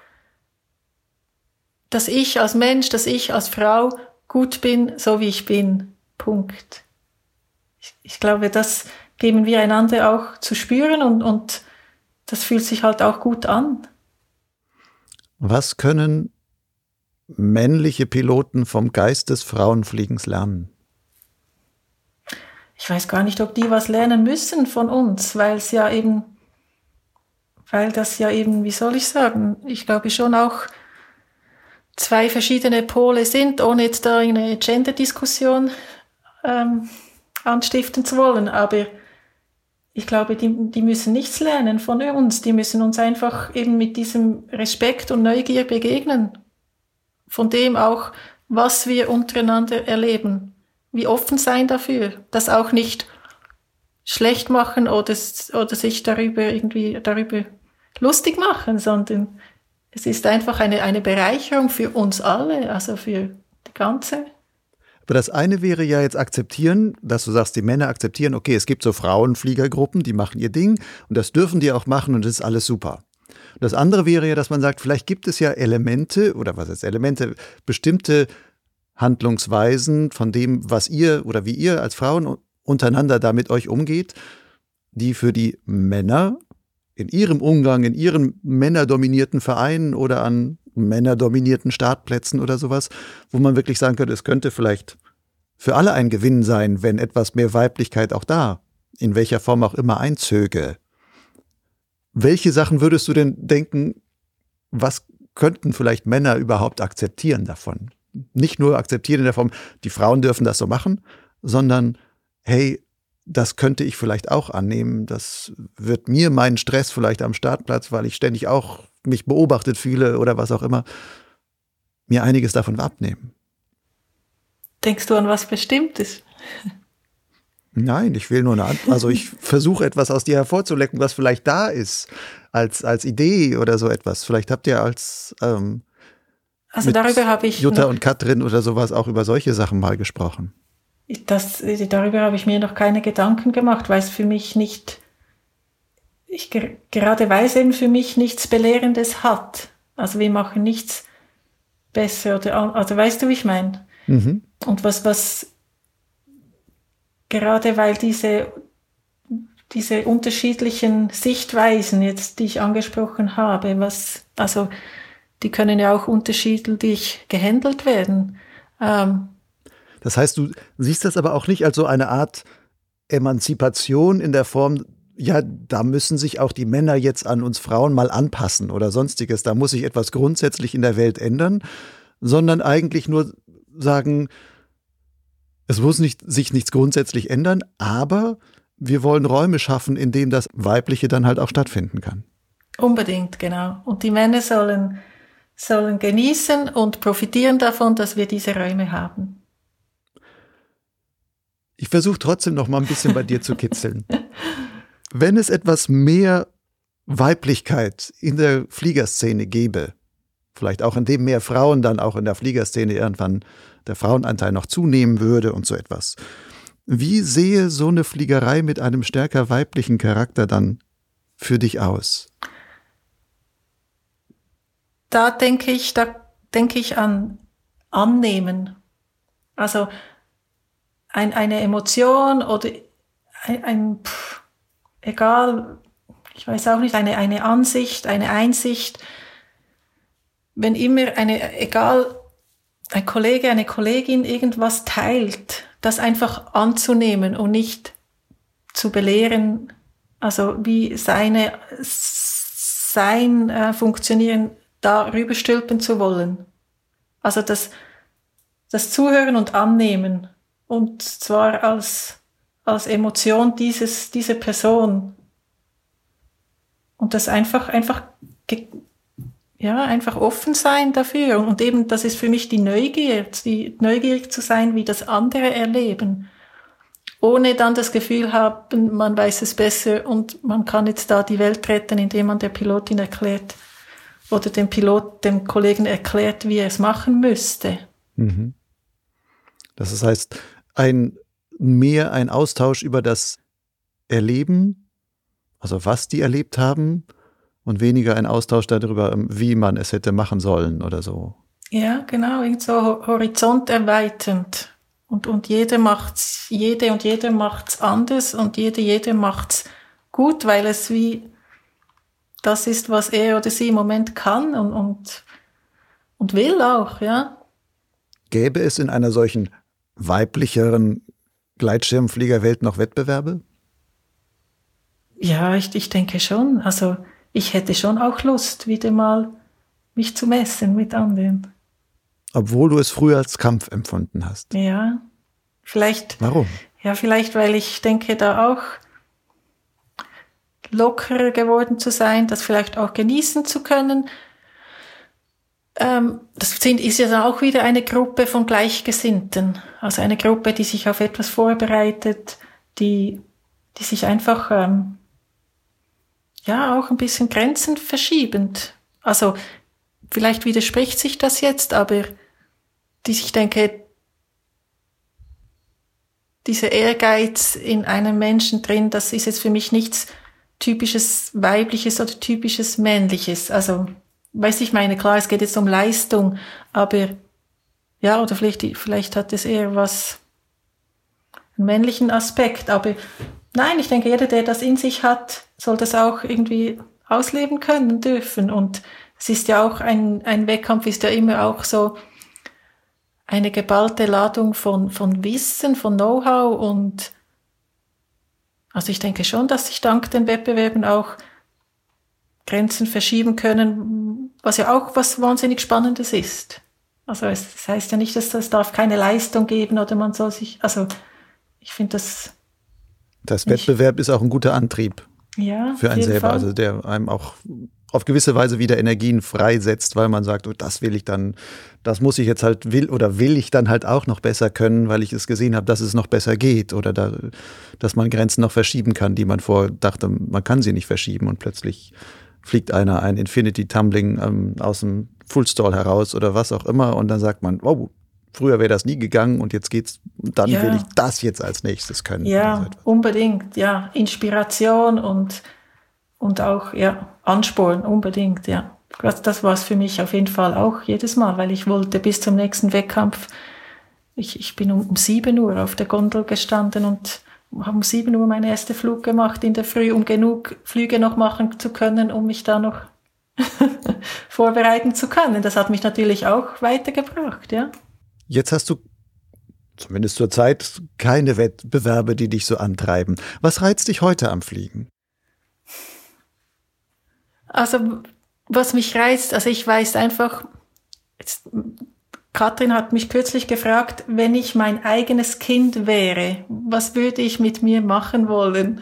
dass ich als Mensch, dass ich als Frau gut bin, so wie ich bin. Punkt. Ich glaube, das geben wir einander auch zu spüren und das fühlt sich halt auch gut an. Was können männliche Piloten vom Geist des Frauenfliegens lernen? Ich weiß gar nicht, ob die was lernen müssen von uns, weil das ja eben, wie soll ich sagen, ich glaube schon auch 2 verschiedene Pole sind, ohne jetzt da eine Gender-Diskussion anstiften zu wollen, aber ich glaube, die müssen nichts lernen von uns, die müssen uns einfach eben mit diesem Respekt und Neugier begegnen, von dem auch, was wir untereinander erleben. Wie offen sein dafür, das auch nicht schlecht machen oder sich darüber lustig machen, sondern es ist einfach eine Bereicherung für uns alle, also für die ganze. Aber das eine wäre ja jetzt akzeptieren, dass du sagst, die Männer akzeptieren, okay, es gibt so Frauenfliegergruppen, die machen ihr Ding und das dürfen die auch machen und das ist alles super. Und das andere wäre ja, dass man sagt, vielleicht gibt es ja Elemente, oder was heißt Elemente, bestimmte Handlungsweisen von dem, was ihr oder wie ihr als Frauen untereinander da mit euch umgeht, die für die Männer in ihrem Umgang, in ihren männerdominierten Vereinen oder an männerdominierten Startplätzen oder sowas, wo man wirklich sagen könnte, es könnte vielleicht für alle ein Gewinn sein, wenn etwas mehr Weiblichkeit auch da, in welcher Form auch immer, einzöge. Welche Sachen würdest du denn denken, was könnten vielleicht Männer überhaupt akzeptieren davon? Nicht nur akzeptieren in der Form, die Frauen dürfen das so machen, sondern, hey, das könnte ich vielleicht auch annehmen, das wird mir meinen Stress vielleicht am Startplatz, weil ich ständig auch mich beobachtet fühle oder was auch immer, mir einiges davon abnehmen. Denkst du an was Bestimmtes? Nein, ich will nur ich versuche etwas aus dir hervorzulecken, was vielleicht da ist, als Idee oder so etwas. Vielleicht habt ihr darüber habe ich Jutta und Katrin oder sowas auch über solche Sachen mal gesprochen. darüber habe ich mir noch keine Gedanken gemacht, weil es für mich nicht, gerade weil es eben für mich nichts Belehrendes hat. Also wir machen nichts besser also weißt du, wie ich meine? Mhm. Und was gerade weil diese unterschiedlichen Sichtweisen jetzt, die ich angesprochen habe, also die können ja auch unterschiedlich gehandelt werden. Das heißt, du siehst das aber auch nicht als so eine Art Emanzipation in der Form, ja, da müssen sich auch die Männer jetzt an uns Frauen mal anpassen oder sonstiges, da muss sich etwas grundsätzlich in der Welt ändern, sondern eigentlich nur sagen, es muss sich nichts grundsätzlich ändern, aber wir wollen Räume schaffen, in denen das Weibliche dann halt auch stattfinden kann. Unbedingt, genau. Und die Männer sollen genießen und profitieren davon, dass wir diese Räume haben. Ich versuche trotzdem noch mal ein bisschen bei dir zu kitzeln. Wenn es etwas mehr Weiblichkeit in der Fliegerszene gäbe, vielleicht auch indem mehr Frauen dann auch in der Fliegerszene irgendwann der Frauenanteil noch zunehmen würde und so etwas. Wie sehe so eine Fliegerei mit einem stärker weiblichen Charakter dann für dich aus? Da denke ich an Annehmen. Also eine Emotion oder egal, ich weiß auch nicht, eine Ansicht, eine Einsicht, wenn immer ein Kollege, eine Kollegin irgendwas teilt, das einfach anzunehmen und nicht zu belehren, also wie sein Funktionieren da rüberstülpen zu wollen. Also das Zuhören und Annehmen und zwar als Emotion dieser Person und das einfach offen sein dafür und eben, das ist für mich die Neugier, neugierig zu sein, wie das andere erleben, ohne dann das Gefühl haben, man weiß es besser und man kann jetzt da die Welt retten, indem man der Pilotin erklärt oder dem Kollegen erklärt, wie er es machen müsste. Mhm. Das heißt, ein Austausch über das Erleben, also was die erlebt haben, und weniger ein Austausch darüber, wie man es hätte machen sollen oder so. Ja, genau, so horizonterweiternd. Und jede und jeder macht's anders und jede macht's gut, weil es wie das ist, was er oder sie im Moment kann und will auch, ja. Gäbe es in einer solchen weiblicheren Gleitschirmfliegerwelt noch Wettbewerbe? Ja, ich denke schon. Also ich hätte schon auch Lust, wieder mal mich zu messen mit anderen. Obwohl du es früher als Kampf empfunden hast. Ja, vielleicht. Warum? Ja, vielleicht, weil ich denke, da auch lockerer geworden zu sein, das vielleicht auch genießen zu können. Ist ja dann auch wieder eine Gruppe von Gleichgesinnten. Also eine Gruppe, die sich auf etwas vorbereitet, die sich einfach auch ein bisschen grenzenverschiebend. Also vielleicht widerspricht sich das jetzt, aber ich denke, dieser Ehrgeiz in einem Menschen drin, das ist jetzt für mich nichts typisches Weibliches oder typisches Männliches. Also, weißt du, ich meine, klar, es geht jetzt um Leistung, aber ja, oder vielleicht hat es eher einen männlichen Aspekt, aber nein, ich denke, jeder, der das in sich hat, soll das auch irgendwie ausleben können dürfen. Und es ist ja auch ein Wettkampf ist ja immer auch so eine geballte Ladung von Wissen, von Know-how und also ich denke schon, dass sich dank den Wettbewerben auch Grenzen verschieben können, was ja auch was wahnsinnig Spannendes ist. Also es heißt ja nicht, dass es darf keine Leistung geben oder man soll sich, also ich finde das. Das Wettbewerb ist auch ein guter Antrieb für einen selber, Fall. Also der einem auch auf gewisse Weise wieder Energien freisetzt, weil man sagt, oh, das will ich dann, das muss ich jetzt halt will ich dann halt auch noch besser können, weil ich es gesehen habe, dass es noch besser geht oder dass man Grenzen noch verschieben kann, die man vorher dachte, man kann sie nicht verschieben und plötzlich fliegt einer ein Infinity Tumbling aus dem Full Stall heraus oder was auch immer und dann sagt man, wow, früher wäre das nie gegangen und jetzt geht's, dann Ja. will ich das jetzt als nächstes können. Ja, Also etwas. unbedingt, ja. Inspiration und auch, ja, Ansporn, unbedingt, ja. Das war es für mich auf jeden Fall auch jedes Mal, weil ich wollte bis zum nächsten Wettkampf, ich bin um 7 Uhr auf der Gondel gestanden und habe um 7 Uhr meinen ersten Flug gemacht in der Früh, um genug Flüge noch machen zu können, um mich da noch vorbereiten zu können. Das hat mich natürlich auch weitergebracht, ja. Jetzt hast du zumindest zur Zeit keine Wettbewerbe, die dich so antreiben. Was reizt dich heute am Fliegen? Also, was mich reizt, also ich weiß einfach, Katrin hat mich kürzlich gefragt, wenn ich mein eigenes Kind wäre, was würde ich mit mir machen wollen?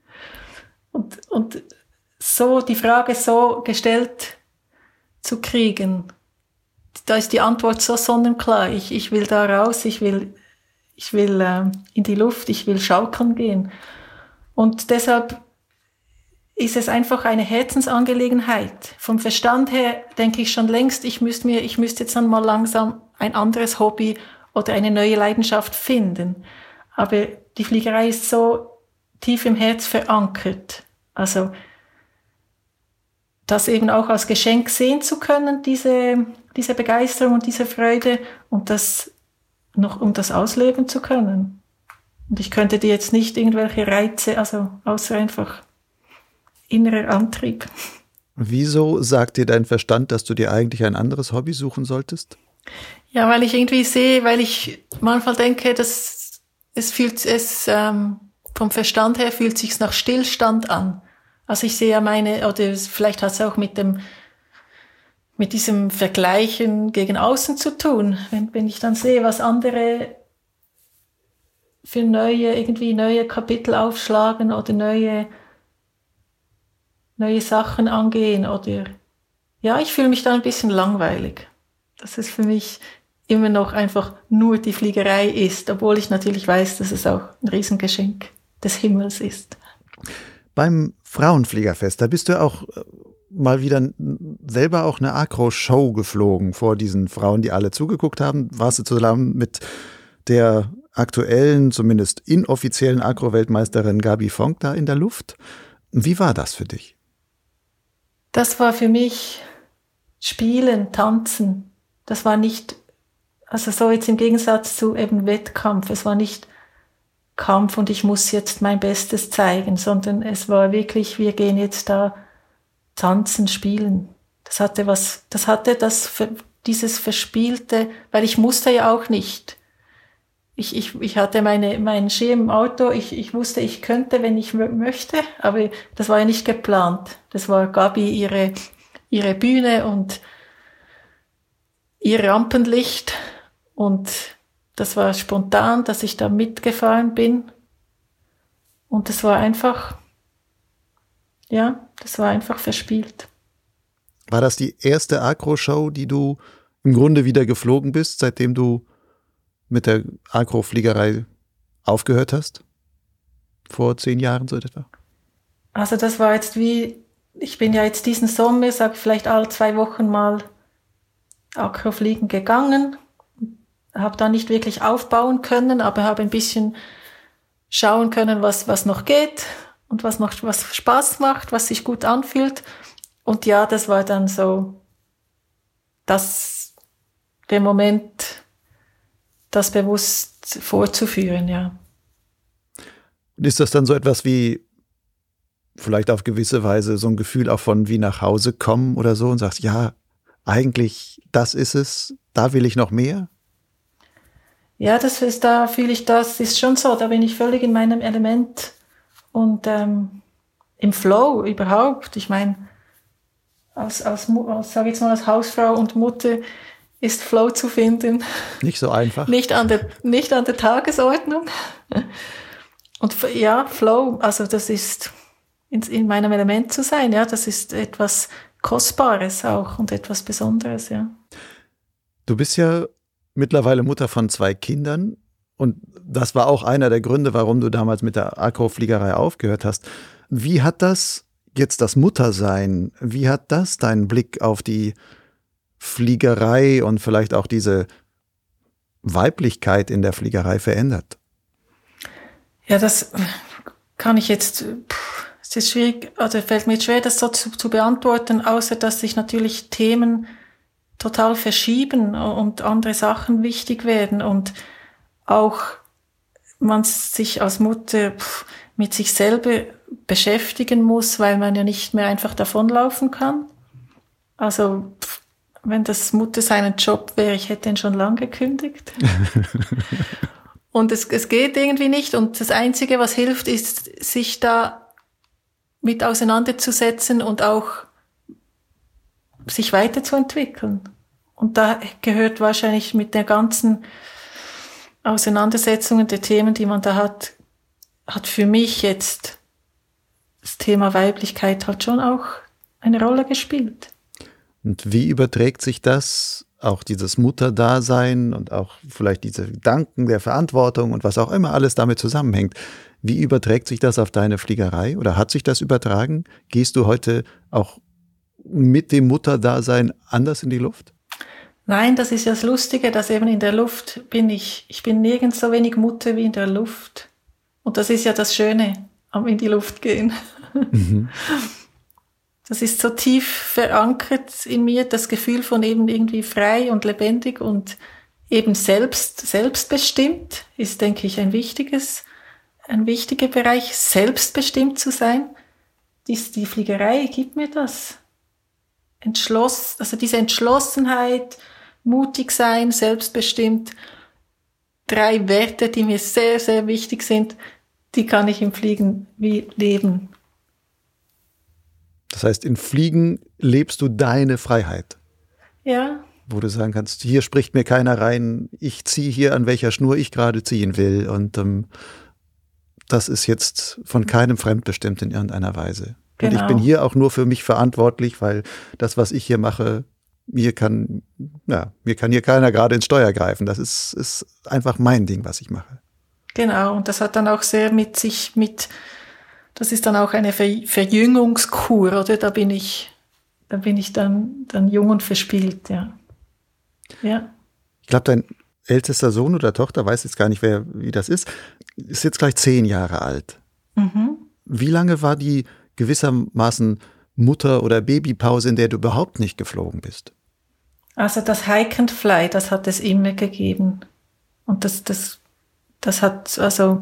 Und so die Frage so gestellt zu kriegen, da ist die Antwort so sonnenklar. Ich will da raus, ich will in die Luft, ich will schaukeln gehen. Und deshalb ist es einfach eine Herzensangelegenheit. Vom Verstand her denke ich schon längst, ich müsste jetzt dann mal langsam ein anderes Hobby oder eine neue Leidenschaft finden. Aber die Fliegerei ist so tief im Herz verankert. Also, das eben auch als Geschenk sehen zu können, diese Begeisterung und diese Freude und das noch, um das ausleben zu können. Und ich könnte dir jetzt nicht irgendwelche Reize, also außer einfach innerer Antrieb. Wieso sagt dir dein Verstand, dass du dir eigentlich ein anderes Hobby suchen solltest? Ja, weil ich irgendwie sehe, weil ich manchmal denke, dass vom Verstand her fühlt sich's nach Stillstand an. Also ich sehe ja oder vielleicht hat es auch mit diesem Vergleichen gegen außen zu tun. Wenn ich dann sehe, was andere für neue Kapitel aufschlagen oder neue Sachen angehen oder, ja, ich fühle mich da ein bisschen langweilig. Dass es für mich immer noch einfach nur die Fliegerei ist, obwohl ich natürlich weiß, dass es auch ein Riesengeschenk des Himmels ist. Beim Frauenfliegerfest, da bist du auch mal wieder selber auch eine Acro-Show geflogen vor diesen Frauen, die alle zugeguckt haben. Warst du zusammen mit der aktuellen, zumindest inoffiziellen Acro-Weltmeisterin Gabi Fonck da in der Luft? Wie war das für dich? Das war für mich Spielen, Tanzen. Das war nicht, also so jetzt im Gegensatz zu eben Wettkampf, es war nicht Kampf und ich muss jetzt mein Bestes zeigen, sondern es war wirklich, wir gehen jetzt da tanzen, spielen. Dieses Verspielte, weil ich musste ja auch nicht. Ich hatte meinen Schirm im Auto, ich wusste, ich könnte, wenn ich möchte, aber das war ja nicht geplant. Das war Gabi ihre Bühne und ihr Rampenlicht und das war spontan, dass ich da mitgefahren bin und das war einfach verspielt. War das die erste Acro-Show, die du im Grunde wieder geflogen bist, seitdem du mit der Acro-Fliegerei aufgehört hast? Vor 10 Jahren so etwa? Also das war jetzt ich bin ja jetzt diesen Sommer, vielleicht alle 2 Wochen mal Acro-Fliegen gegangen, habe da nicht wirklich aufbauen können, aber habe ein bisschen schauen können, was noch geht und was Spaß macht, was sich gut anfühlt. Und ja, das war dann so der Moment, das bewusst vorzuführen, ja. Und ist das dann so etwas wie vielleicht auf gewisse Weise so ein Gefühl auch von wie nach Hause kommen oder so und sagst, ja, eigentlich, das ist es, da will ich noch mehr? Ja, da fühle ich, das ist schon so, da bin ich völlig in meinem Element und im Flow überhaupt. Ich meine, sag jetzt mal, als Hausfrau und Mutter ist Flow zu finden. Nicht so einfach. Nicht an der Tagesordnung. Und ja, Flow, also das ist in meinem Element zu sein, ja, das ist etwas Kostbares auch und etwas Besonderes, ja. Du bist ja mittlerweile Mutter von 2 Kindern und das war auch einer der Gründe, warum du damals mit der Acro-Fliegerei aufgehört hast. Wie hat das jetzt das Muttersein, wie hat das deinen Blick auf die Fliegerei und vielleicht auch diese Weiblichkeit in der Fliegerei verändert? Ja, das kann ich jetzt, es ist schwierig, also fällt mir jetzt schwer, das so zu beantworten, außer dass sich natürlich Themen total verschieben und andere Sachen wichtig werden und auch man sich als Mutter mit sich selber beschäftigen muss, weil man ja nicht mehr einfach davonlaufen kann. Also wenn das Muttersein ein Job wäre, ich hätte ihn schon lange gekündigt. Und es geht irgendwie nicht. Und das Einzige, was hilft, ist, sich da mit auseinanderzusetzen und auch sich weiterzuentwickeln. Und da gehört wahrscheinlich mit der ganzen Auseinandersetzungen der Themen, die man da hat für mich jetzt das Thema Weiblichkeit halt schon auch eine Rolle gespielt. Und wie überträgt sich das, auch dieses Mutterdasein und auch vielleicht diese Gedanken der Verantwortung und was auch immer alles damit zusammenhängt, wie überträgt sich das auf deine Fliegerei oder hat sich das übertragen? Gehst du heute auch mit dem Mutterdasein anders in die Luft? Nein, das ist ja das Lustige, dass eben in der Luft ich bin nirgends so wenig Mutter wie in der Luft. Und das ist ja das Schöne am in die Luft gehen. Mhm. Das ist so tief verankert in mir, das Gefühl von eben irgendwie frei und lebendig und eben selbstbestimmt ist, denke ich, ein wichtiger Bereich, selbstbestimmt zu sein. Die Fliegerei gibt mir das. Also diese Entschlossenheit, mutig sein, selbstbestimmt, 3 Werte, die mir sehr, sehr wichtig sind, die kann ich im Fliegen wie leben. Das heißt, im Fliegen lebst du deine Freiheit. Ja. Wo du sagen kannst, hier spricht mir keiner rein, ich ziehe hier, an welcher Schnur ich gerade ziehen will. Und das ist jetzt von keinem fremdbestimmt in irgendeiner Weise. Genau. Und ich bin hier auch nur für mich verantwortlich, weil das, was ich hier mache, mir kann hier keiner gerade ins Steuer greifen. Das ist einfach mein Ding, was ich mache. Genau, und das hat dann auch sehr das ist dann auch eine Verjüngungskur, oder? Da bin ich dann jung und verspielt, ja. Ja. Ich glaube, dein ältester Sohn oder Tochter, weiß jetzt gar nicht, wie das ist jetzt gleich 10 Jahre alt. Mhm. Wie lange war die gewissermaßen Mutter- oder Babypause, in der du überhaupt nicht geflogen bist? Also das Hike and Fly, das hat es immer gegeben. Und das hat, also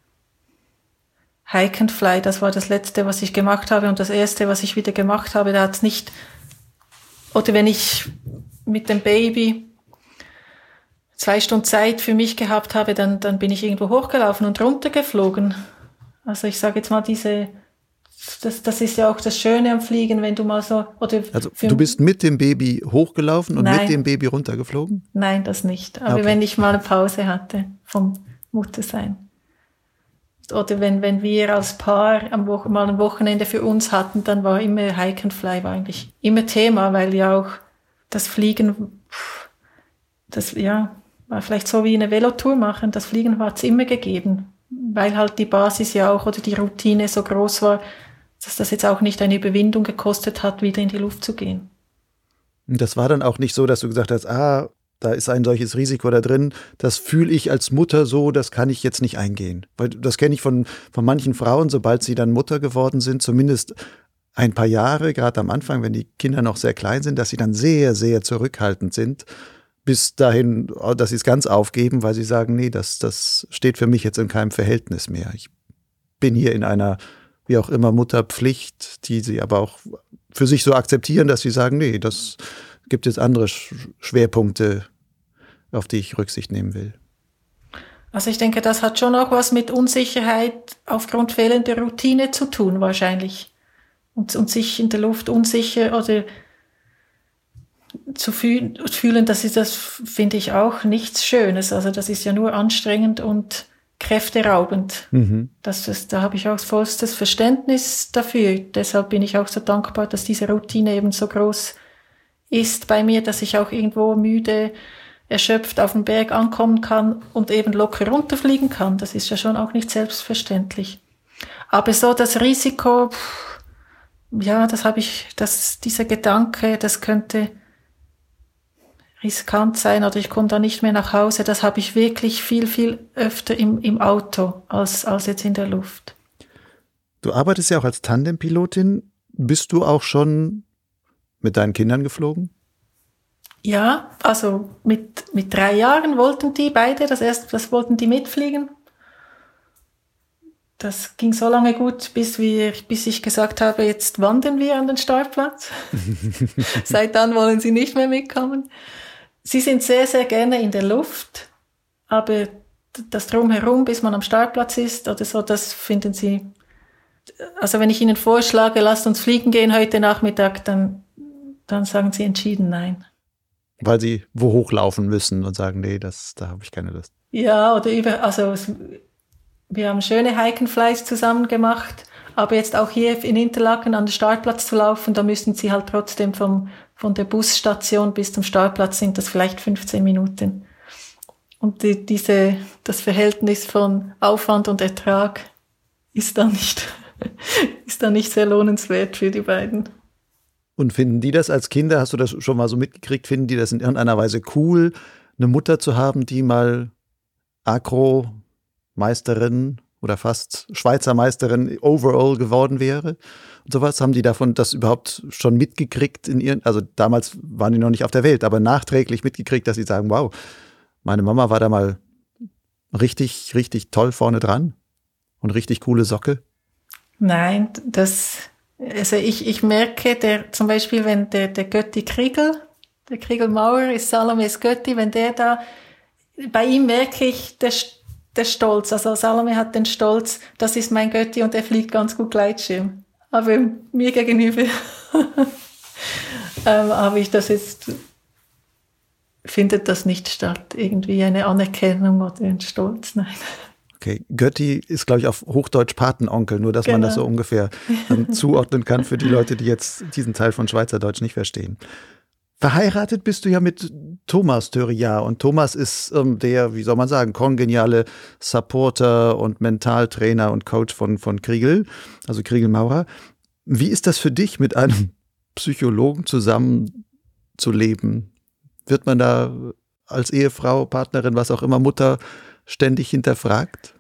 Hike and Fly, das war das Letzte, was ich gemacht habe und das Erste, was ich wieder gemacht habe, da hat's nicht, oder wenn ich mit dem Baby 2 Stunden Zeit für mich gehabt habe, dann bin ich irgendwo hochgelaufen und runtergeflogen. Also ich sage jetzt mal das ist ja auch das Schöne am Fliegen, wenn du mal so, oder. Also du bist mit dem Baby hochgelaufen und mit dem Baby runtergeflogen? Nein, das nicht. Aber wenn ich mal eine Pause hatte vom Muttersein. Oder wenn wir als Paar mal ein Wochenende für uns hatten, dann war immer Hike and Fly war eigentlich immer Thema, weil ja auch das Fliegen, das war vielleicht so wie eine Velotour machen. Das Fliegen hat es immer gegeben, weil halt die Basis ja auch oder die Routine so groß war, dass das jetzt auch nicht eine Überwindung gekostet hat, wieder in die Luft zu gehen. Und das war dann auch nicht so, dass du gesagt hast, da ist ein solches Risiko da drin, das fühle ich als Mutter so, das kann ich jetzt nicht eingehen. Weil das kenne ich von manchen Frauen, sobald sie dann Mutter geworden sind, zumindest ein paar Jahre, gerade am Anfang, wenn die Kinder noch sehr klein sind, dass sie dann sehr, sehr zurückhaltend sind, bis dahin, dass sie es ganz aufgeben, weil sie sagen, nee, das steht für mich jetzt in keinem Verhältnis mehr. Ich bin hier in einer, wie auch immer, Mutterpflicht, die sie aber auch für sich so akzeptieren, dass sie sagen, nee, das gibt jetzt andere Schwerpunkte, auf die ich Rücksicht nehmen will. Also ich denke, das hat schon auch was mit Unsicherheit aufgrund fehlender Routine zu tun, wahrscheinlich. Und sich in der Luft unsicher oder zu fühlen, das finde ich auch nichts Schönes. Also das ist ja nur anstrengend und kräfteraubend. Mhm. Da habe ich auch vollstes Verständnis dafür. Deshalb bin ich auch so dankbar, dass diese Routine eben so groß ist bei mir, dass ich auch irgendwo müde, erschöpft auf dem Berg ankommen kann und eben locker runterfliegen kann. Das ist ja schon auch nicht selbstverständlich. Aber so das Risiko, dieser Gedanke, das könnte riskant sein oder ich komme da nicht mehr nach Hause. Das habe ich wirklich viel, viel öfter im Auto als jetzt in der Luft. Du arbeitest ja auch als Tandempilotin. Bist du auch schon mit deinen Kindern geflogen? Ja, also mit 3 Jahren wollten die beide, das wollten die mitfliegen. Das ging so lange gut, bis ich gesagt habe, jetzt wandern wir an den Startplatz. Seit dann wollen sie nicht mehr mitkommen. Sie sind sehr, sehr gerne in der Luft, aber das Drumherum, bis man am Startplatz ist oder so, das finden sie. Also wenn ich ihnen vorschlage, lasst uns fliegen gehen heute Nachmittag, dann sagen sie entschieden nein. Weil sie wo hochlaufen müssen und sagen, nee, da habe ich keine Lust. Ja, oder wir haben schöne Hike-and-Flies zusammen gemacht, aber jetzt auch hier in Interlaken an den Startplatz zu laufen, da müssen sie halt trotzdem von der Busstation bis zum Startplatz sind das vielleicht 15 Minuten. Und das Verhältnis von Aufwand und Ertrag ist da nicht sehr lohnenswert für die beiden. Und finden die das als Kinder, hast du das schon mal so mitgekriegt, finden die das in irgendeiner Weise cool, eine Mutter zu haben, die mal Akro-Meisterin oder fast Schweizer Meisterin overall geworden wäre? Und sowas, haben die davon das überhaupt schon mitgekriegt also damals waren die noch nicht auf der Welt, aber nachträglich mitgekriegt, dass sie sagen, wow, meine Mama war da mal richtig, richtig toll vorne dran und richtig coole Socke? Nein, also ich merke, zum Beispiel, wenn der Götti Kriegel, der Kriegel Maurer ist Salomes Götti, wenn der da, bei ihm merke ich der Stolz, also Salome hat den Stolz, das ist mein Götti und er fliegt ganz gut Gleitschirm. Aber mir gegenüber habe ich das jetzt, findet das nicht statt, irgendwie eine Anerkennung oder ein Stolz, nein. Okay, Götti ist, glaube ich, auf Hochdeutsch Patenonkel, nur dass man das so ungefähr zuordnen kann für die Leute, die jetzt diesen Teil von Schweizerdeutsch nicht verstehen. Verheiratet bist du ja mit Thomas Theurillat und Thomas ist der, wie soll man sagen, kongeniale Supporter und Mentaltrainer und Coach von Kriegel, also Kriegel Maurer. Wie ist das für dich, mit einem Psychologen zusammen zu leben? Wird man da als Ehefrau, Partnerin, was auch immer, Mutter ständig hinterfragt?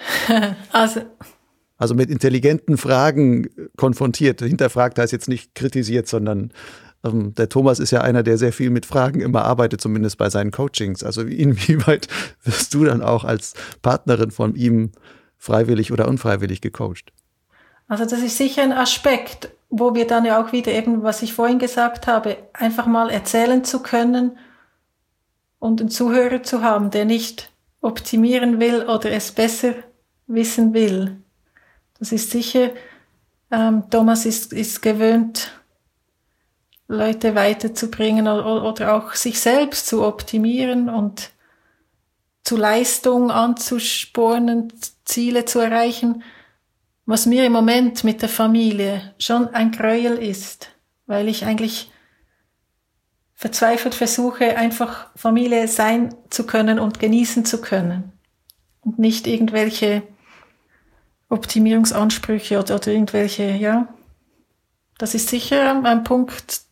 Also mit intelligenten Fragen konfrontiert. Hinterfragt heißt jetzt nicht kritisiert, sondern der Thomas ist ja einer, der sehr viel mit Fragen immer arbeitet, zumindest bei seinen Coachings. Also inwieweit wirst du dann auch als Partnerin von ihm freiwillig oder unfreiwillig gecoacht? Also das ist sicher ein Aspekt, wo wir dann ja auch wieder eben, was ich vorhin gesagt habe, einfach mal erzählen zu können und einen Zuhörer zu haben, der nicht optimieren will oder es besser wissen will. Das ist sicher, Thomas ist gewöhnt, Leute weiterzubringen oder auch sich selbst zu optimieren und zu Leistung anzuspornen, Ziele zu erreichen, was mir im Moment mit der Familie schon ein Gräuel ist, weil ich eigentlich verzweifelt versuche, einfach Familie sein zu können und genießen zu können und nicht irgendwelche Optimierungsansprüche oder irgendwelche, ja. Das ist sicher ein Punkt,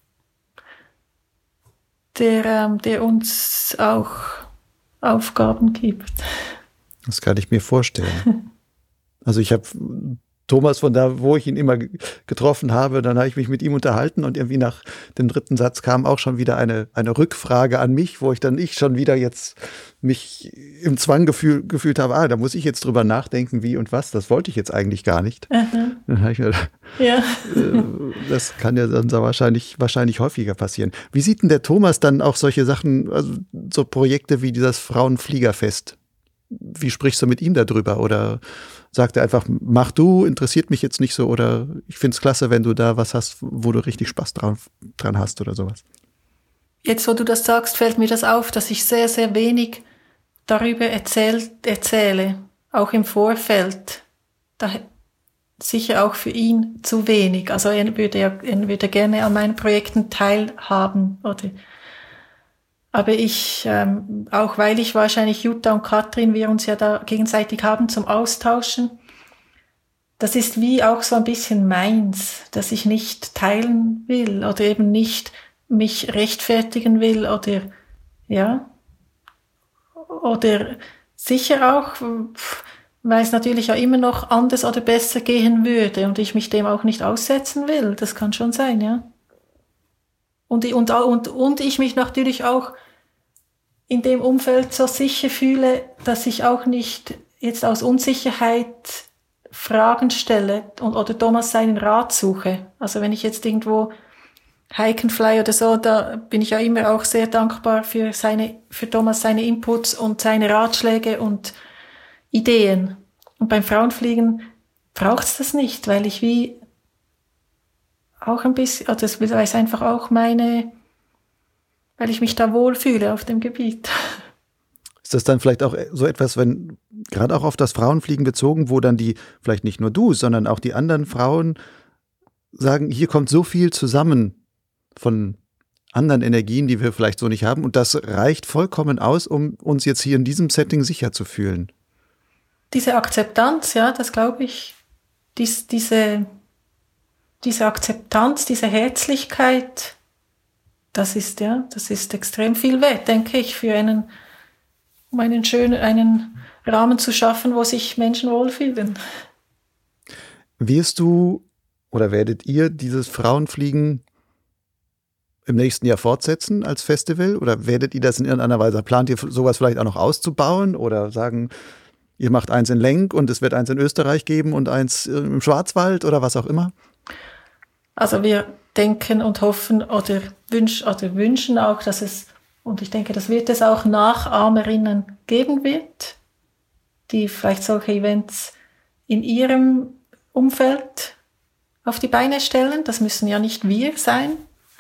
der uns auch Aufgaben gibt. Das kann ich mir vorstellen. Also ich habe Thomas von da, wo ich ihn immer getroffen habe, dann habe ich mich mit ihm unterhalten und irgendwie nach dem 3. Satz kam auch schon wieder eine Rückfrage an mich, wo ich schon wieder jetzt mich im Zwang gefühlt habe, da muss ich jetzt drüber nachdenken, wie und was, das wollte ich jetzt eigentlich gar nicht. Dann habe ich mir gedacht, das kann ja dann so wahrscheinlich häufiger passieren. Wie sieht denn der Thomas dann auch solche Sachen, also so Projekte wie dieses Frauenfliegerfest? Wie sprichst du mit ihm darüber? Oder sagt er einfach, mach du, interessiert mich jetzt nicht so, oder ich finde es klasse, wenn du da was hast, wo du richtig Spaß dran hast oder sowas? Jetzt, wo du das sagst, fällt mir das auf, dass ich sehr, sehr wenig darüber erzähle, auch im Vorfeld. Sicher auch für ihn zu wenig. Also er würde gerne an meinen Projekten teilhaben, oder? Aber ich, auch weil ich wahrscheinlich Jutta und Katrin, wir uns ja da gegenseitig haben zum Austauschen, das ist wie auch so ein bisschen meins, dass ich nicht teilen will oder eben nicht mich rechtfertigen will oder sicher auch, weil es natürlich ja immer noch anders oder besser gehen würde und ich mich dem auch nicht aussetzen will. Das kann schon sein, ja. Und ich mich natürlich auch in dem Umfeld so sicher fühle, dass ich auch nicht jetzt aus Unsicherheit Fragen stelle oder Thomas seinen Rat suche. Also wenn ich jetzt irgendwo hiken fly oder so, da bin ich ja immer auch sehr dankbar für Thomas seine Inputs und seine Ratschläge und Ideen. Und beim Frauenfliegen braucht's das nicht, weil ich wie auch ein bisschen, oder das ist einfach auch weil ich mich da wohlfühle auf dem Gebiet. Ist das dann vielleicht auch so etwas, wenn, gerade auch auf das Frauenfliegen bezogen, wo dann vielleicht nicht nur du, sondern auch die anderen Frauen sagen, hier kommt so viel zusammen von anderen Energien, die wir vielleicht so nicht haben und das reicht vollkommen aus, um uns jetzt hier in diesem Setting sicher zu fühlen? Diese Akzeptanz, ja, das glaube ich, diese Akzeptanz, diese Herzlichkeit, das ist extrem viel wert, denke ich, um einen Rahmen zu schaffen, wo sich Menschen wohlfühlen. Wirst du oder werdet ihr dieses Frauenfliegen im nächsten Jahr fortsetzen als Festival? Oder werdet ihr das in irgendeiner Weise, plant ihr sowas vielleicht auch noch auszubauen oder sagen, ihr macht eins in Lenk und es wird eins in Österreich geben und eins im Schwarzwald oder was auch immer? Also wir denken und hoffen oder wünschen auch, dass es, und ich denke, das wird es auch, Nachahmerinnen geben wird, die vielleicht solche Events in ihrem Umfeld auf die Beine stellen. Das müssen ja nicht wir sein.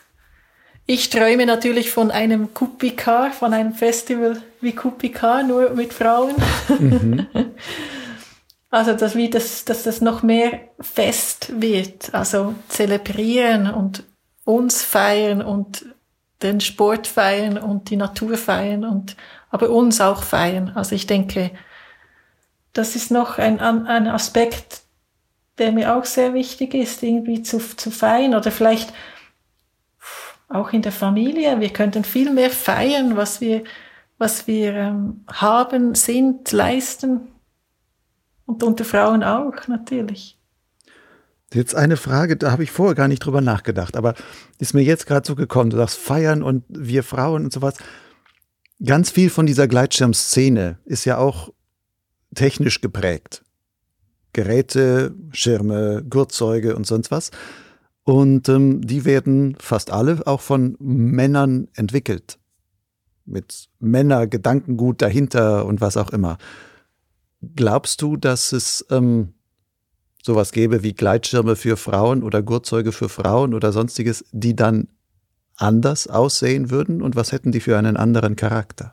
Ich träume natürlich von einem Kupikar, von einem Festival wie Kupikar, nur mit Frauen. Mhm. Also, dass das noch mehr fest wird. Also, zelebrieren und uns feiern und den Sport feiern und die Natur feiern aber uns auch feiern. Also, ich denke, das ist noch ein Aspekt, der mir auch sehr wichtig ist, irgendwie zu feiern oder vielleicht auch in der Familie. Wir könnten viel mehr feiern, was wir haben, sind, leisten. Und unter Frauen auch, natürlich. Jetzt eine Frage, da habe ich vorher gar nicht drüber nachgedacht, aber ist mir jetzt gerade so gekommen. Du sagst feiern und wir Frauen und sowas. Ganz viel von dieser Gleitschirmszene ist ja auch technisch geprägt. Geräte, Schirme, Gurtzeuge und sonst was. Und die werden fast alle auch von Männern entwickelt. Mit Männergedankengut dahinter und was auch immer. Glaubst du, dass es sowas gäbe wie Gleitschirme für Frauen oder Gurtzeuge für Frauen oder sonstiges, die dann anders aussehen würden? Und was hätten die für einen anderen Charakter?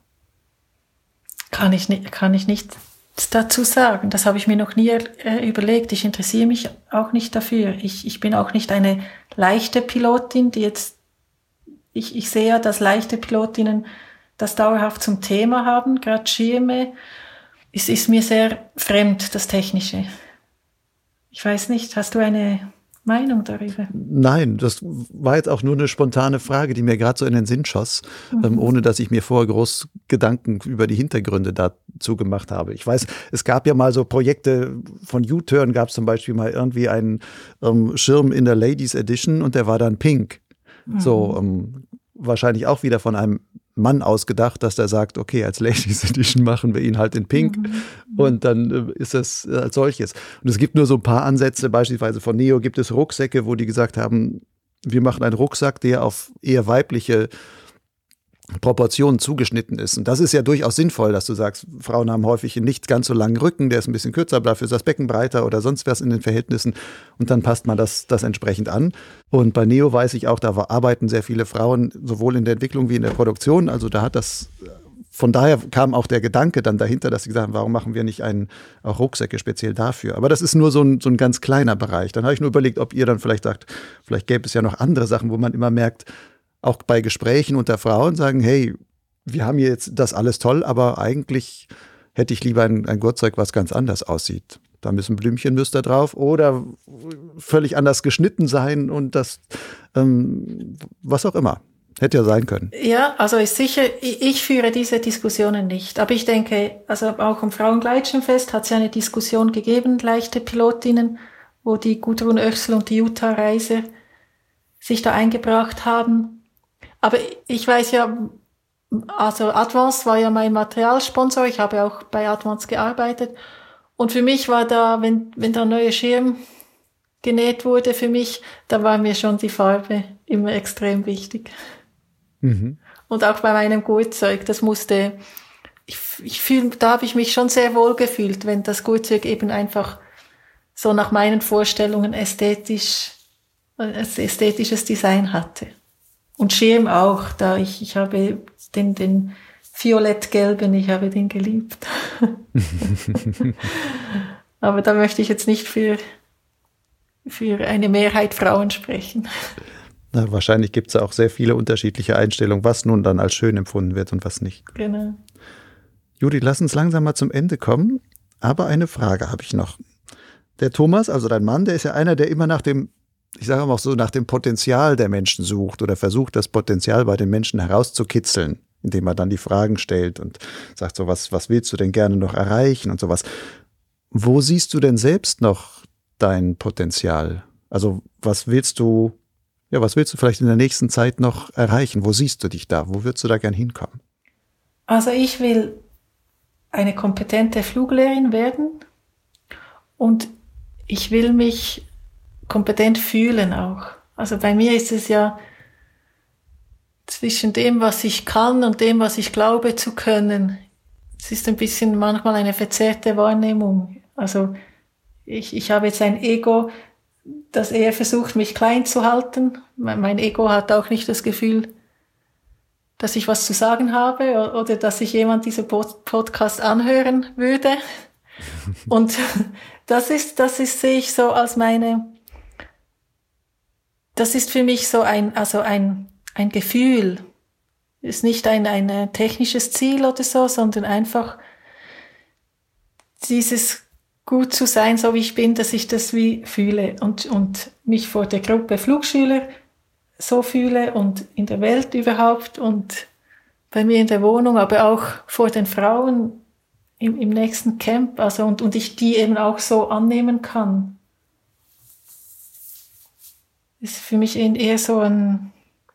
Kann ich nicht dazu sagen. Das habe ich mir noch nie überlegt. Ich interessiere mich auch nicht dafür. Ich bin auch nicht eine leichte Pilotin, die jetzt, ich sehe ja, dass leichte Pilotinnen das dauerhaft zum Thema haben, gerade Schirme. Es ist mir sehr fremd, das Technische. Ich weiß nicht, hast du eine Meinung darüber? Nein, das war jetzt auch nur eine spontane Frage, die mir gerade so in den Sinn schoss, ohne dass ich mir vorher groß Gedanken über die Hintergründe dazu gemacht habe. Ich weiß, es gab ja mal so Projekte von U-Turn, gab es zum Beispiel mal irgendwie einen Schirm in der Ladies Edition und der war dann pink. So wahrscheinlich auch wieder von einem Mann ausgedacht, dass der sagt, okay, als Ladies Edition machen wir ihn halt in pink und dann ist es als solches. Und es gibt nur so ein paar Ansätze, beispielsweise von Neo gibt es Rucksäcke, wo die gesagt haben, wir machen einen Rucksack, der auf eher weibliche Proportionen zugeschnitten ist. Und das ist ja durchaus sinnvoll, dass du sagst, Frauen haben häufig einen nicht ganz so langen Rücken, der ist ein bisschen kürzer, dafür ist das Becken breiter oder sonst was in den Verhältnissen und dann passt man das entsprechend an. Und bei Neo weiß ich auch, da arbeiten sehr viele Frauen sowohl in der Entwicklung wie in der Produktion, also da hat das, von daher kam auch der Gedanke dann dahinter, dass sie gesagt haben, warum machen wir nicht auch Rucksäcke speziell dafür? Aber das ist nur so ein ganz kleiner Bereich. Dann habe ich nur überlegt, ob ihr dann vielleicht sagt, vielleicht gäbe es ja noch andere Sachen, wo man immer merkt, auch bei Gesprächen unter Frauen sagen, hey, wir haben hier jetzt das alles toll, aber eigentlich hätte ich lieber ein Gurtzeug, was ganz anders aussieht. Da müssen Blümchenmuster drauf oder völlig anders geschnitten sein und das, was auch immer. Hätte ja sein können. Ja, also ist sicher, ich führe diese Diskussionen nicht. Aber ich denke, also auch am Frauengleitschirmfest hat es ja eine Diskussion gegeben, leichte Pilotinnen, wo die Gudrun Oechsel und die Jutta Reiser sich da eingebracht haben. Aber ich weiß ja, also Advance war ja mein Materialsponsor, ich habe auch bei Advance gearbeitet. Und für mich war da, wenn der neue Schirm genäht wurde für mich, da war mir schon die Farbe immer extrem wichtig. Mhm. Und auch bei meinem Gurtzeug, das musste, da habe ich mich schon sehr wohl gefühlt, wenn das Gurtzeug eben einfach so nach meinen Vorstellungen ästhetisches Design hatte. Und Schirm auch, da ich habe den violett-gelben, ich habe den geliebt. Aber da möchte ich jetzt nicht für eine Mehrheit Frauen sprechen. Na, wahrscheinlich gibt es auch sehr viele unterschiedliche Einstellungen, was nun dann als schön empfunden wird und was nicht. Genau. Judith, lass uns langsam mal zum Ende kommen. Aber eine Frage habe ich noch. Der Thomas, also dein Mann, der ist ja einer, der immer nach dem, ich sage mal so, nach dem Potenzial der Menschen sucht oder versucht, das Potenzial bei den Menschen herauszukitzeln, indem er dann die Fragen stellt und sagt so, was willst du denn gerne noch erreichen und sowas. Wo siehst du denn selbst noch dein Potenzial? Also was willst du vielleicht in der nächsten Zeit noch erreichen? Wo siehst du dich da? Wo würdest du da gern hinkommen? Also ich will eine kompetente Fluglehrerin werden und ich will mich kompetent fühlen auch. Also bei mir ist es ja zwischen dem, was ich kann und dem, was ich glaube zu können. Es ist ein bisschen manchmal eine verzerrte Wahrnehmung. Also ich habe jetzt ein Ego, das eher versucht, mich klein zu halten. Mein Ego hat auch nicht das Gefühl, dass ich was zu sagen habe oder dass sich jemand diesen Podcast anhören würde. Und das ist, sehe ich so als das ist für mich so ein Gefühl. Ist nicht ein technisches Ziel oder so, sondern einfach dieses gut zu sein, so wie ich bin, dass ich das wie fühle und mich vor der Gruppe Flugschüler so fühle und in der Welt überhaupt und bei mir in der Wohnung, aber auch vor den Frauen im nächsten Camp, also und ich die eben auch so annehmen kann. Ist für mich eher so ein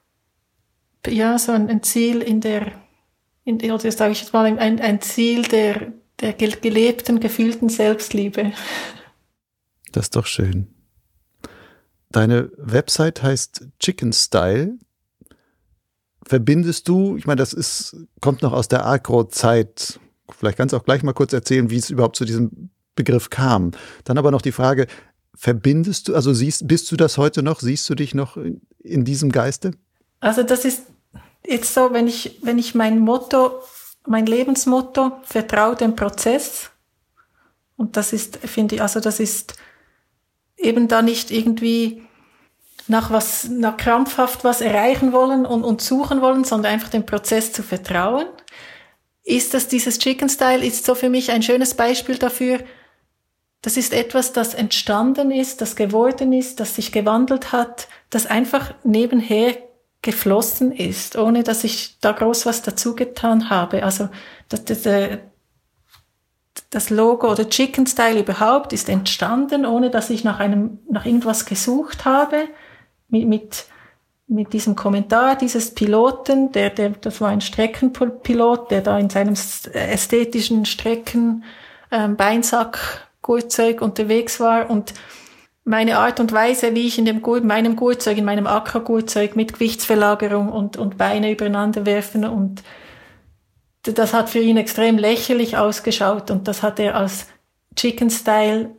Ziel oder sage ich jetzt mal, ein Ziel der gelebten, gefühlten Selbstliebe. Das ist doch schön. Deine Website heißt Chicken Style. Verbindest du, ich meine, kommt noch aus der Agro-Zeit, vielleicht kannst du auch gleich mal kurz erzählen, wie es überhaupt zu diesem Begriff kam. Dann aber noch die Frage, verbindest du, also bist du das heute noch, siehst du dich noch in diesem Geiste? Also das ist jetzt so, wenn ich mein Lebensmotto, vertraue dem Prozess. Und das ist, finde ich, also das ist eben da nicht irgendwie nach krampfhaft was erreichen wollen und suchen wollen, sondern einfach dem Prozess zu vertrauen. Dieses Chicken Style ist so für mich ein schönes Beispiel dafür. Das ist etwas, das entstanden ist, das geworden ist, das sich gewandelt hat, das einfach nebenher geflossen ist, ohne dass ich da groß was dazu getan habe. Also das Logo oder Chicken Style überhaupt ist entstanden, ohne dass ich nach irgendwas gesucht habe. Mit diesem Kommentar dieses Piloten, das war ein Streckenpilot, der da in seinem ästhetischen Beinsack-Gurtzeug unterwegs war und meine Art und Weise, wie ich in meinem Acro-Gurtzeug mit Gewichtsverlagerung und Beine übereinander werfen und das hat für ihn extrem lächerlich ausgeschaut und das hat er als Chicken Style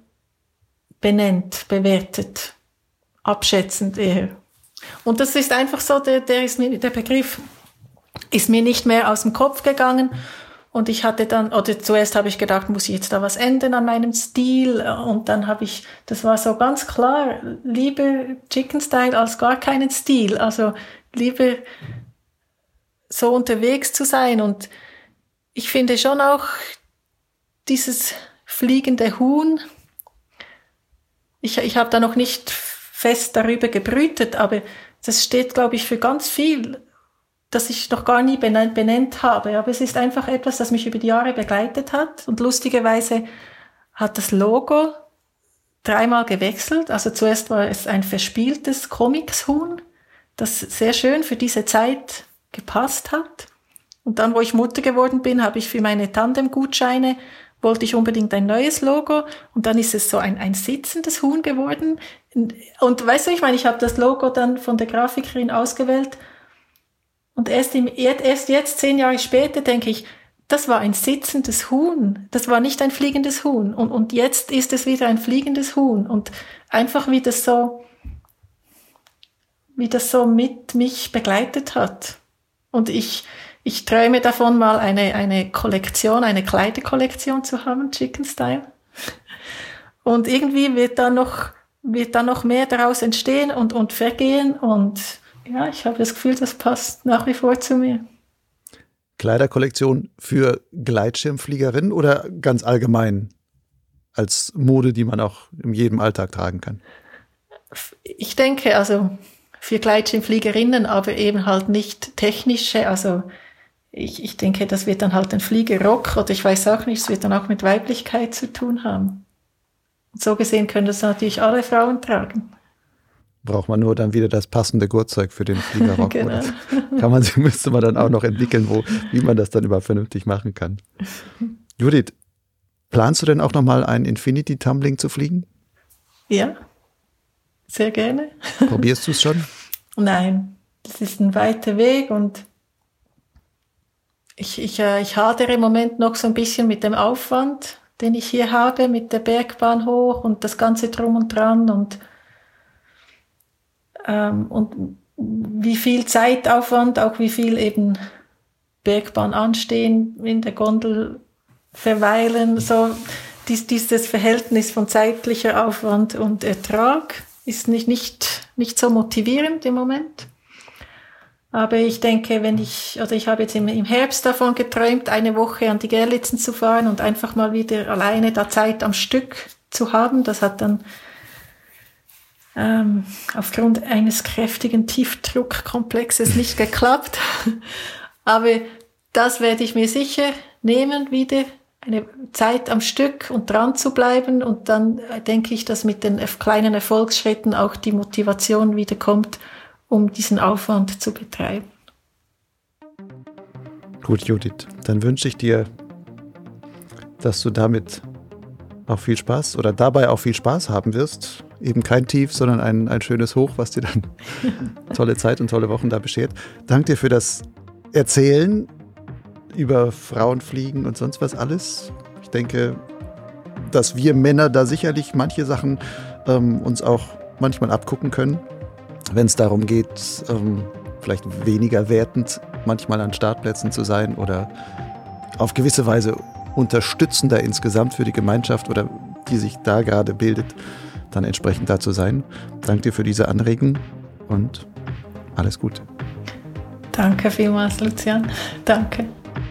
bewertet, abschätzend eher. Und das ist einfach so, der Begriff ist mir nicht mehr aus dem Kopf gegangen. Und ich hatte zuerst habe ich gedacht, muss ich jetzt da was ändern an meinem Stil? Und dann das war so ganz klar, lieber Chicken Style als gar keinen Stil. Also lieber so unterwegs zu sein. Und ich finde schon auch dieses fliegende Huhn, ich habe da noch nicht fest darüber gebrütet, aber das steht, glaube ich, für ganz viel, das ich noch gar nie benannt habe. Aber es ist einfach etwas, das mich über die Jahre begleitet hat. Und lustigerweise hat das Logo 3-mal gewechselt. Also zuerst war es ein verspieltes Comicshuhn, das sehr schön für diese Zeit gepasst hat. Und dann, wo ich Mutter geworden bin, habe ich für meine Tandem-Gutscheine, wollte ich unbedingt ein neues Logo. Und dann ist es so ein sitzendes Huhn geworden. Und weißt du, ich meine, ich habe das Logo dann von der Grafikerin ausgewählt. Und erst jetzt, 10 Jahre später, denke ich, das war ein sitzendes Huhn. Das war nicht ein fliegendes Huhn. Und jetzt ist es wieder ein fliegendes Huhn. Und einfach, wie das so mit mich begleitet hat. Und ich träume davon, mal eine Kollektion, eine Kleiderkollektion zu haben, Chicken Style. Und irgendwie wird dann noch mehr daraus entstehen und vergehen. Und ja, ich habe das Gefühl, das passt nach wie vor zu mir. Kleiderkollektion für Gleitschirmfliegerinnen oder ganz allgemein als Mode, die man auch in jedem Alltag tragen kann? Ich denke, also für Gleitschirmfliegerinnen, aber eben halt nicht technische. Also ich denke, das wird dann halt ein Fliegerrock oder ich weiß auch nicht, es wird dann auch mit Weiblichkeit zu tun haben. Und so gesehen können das natürlich alle Frauen tragen. Braucht man nur dann wieder das passende Gurtzeug für den Fliegerrock. Genau. Müsste man dann auch noch entwickeln, wie man das dann überhaupt vernünftig machen kann. Judith, planst du denn auch nochmal ein Infinity Tumbling zu fliegen? Ja, sehr gerne. Probierst du es schon? Nein, das ist ein weiter Weg und ich hadere im Moment noch so ein bisschen mit dem Aufwand, den ich hier habe, mit der Bergbahn hoch und das Ganze drum und dran und wie viel Zeitaufwand, auch wie viel eben Bergbahn anstehen, in der Gondel verweilen, so dieses Verhältnis von zeitlicher Aufwand und Ertrag ist nicht so motivierend im Moment. Aber ich denke, ich habe jetzt im Herbst davon geträumt, eine Woche an die Gerlitzen zu fahren und einfach mal wieder alleine da Zeit am Stück zu haben. Das hat dann aufgrund eines kräftigen Tiefdruckkomplexes nicht geklappt. Aber das werde ich mir sicher nehmen, wieder eine Zeit am Stück und dran zu bleiben. Und dann denke ich, dass mit den kleinen Erfolgsschritten auch die Motivation wieder kommt, um diesen Aufwand zu betreiben. Gut, Judith, dann wünsche ich dir, dass du damit auch viel Spaß oder dabei auch viel Spaß haben wirst. Eben kein Tief, sondern ein schönes Hoch, was dir dann tolle Zeit und tolle Wochen da beschert. Danke dir für das Erzählen über Frauenfliegen und sonst was alles. Ich denke, dass wir Männer da sicherlich manche Sachen uns auch manchmal abgucken können, wenn es darum geht, vielleicht weniger wertend manchmal an Startplätzen zu sein oder auf gewisse Weise unterstützender insgesamt für die Gemeinschaft oder die sich da gerade bildet, dann entsprechend da zu sein. Danke dir für diese Anregung und alles Gute. Danke vielmals, Lucian. Danke.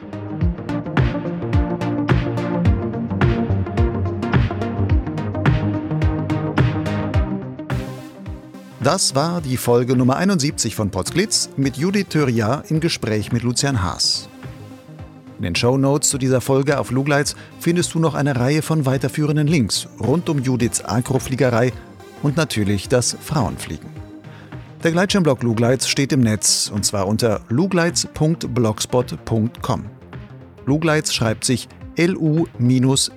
Das war die Folge Nummer 71 von Potsglitz mit Judith Thöriat im Gespräch mit Lucian Haas. In den Shownotes zu dieser Folge auf Lugleitz findest du noch eine Reihe von weiterführenden Links rund um Judiths Akrofliegerei und natürlich das Frauenfliegen. Der Gleitschirmblog Lugleitz steht im Netz und zwar unter lugleitz.blogspot.com. Lugleitz schreibt sich Lu-Glidz.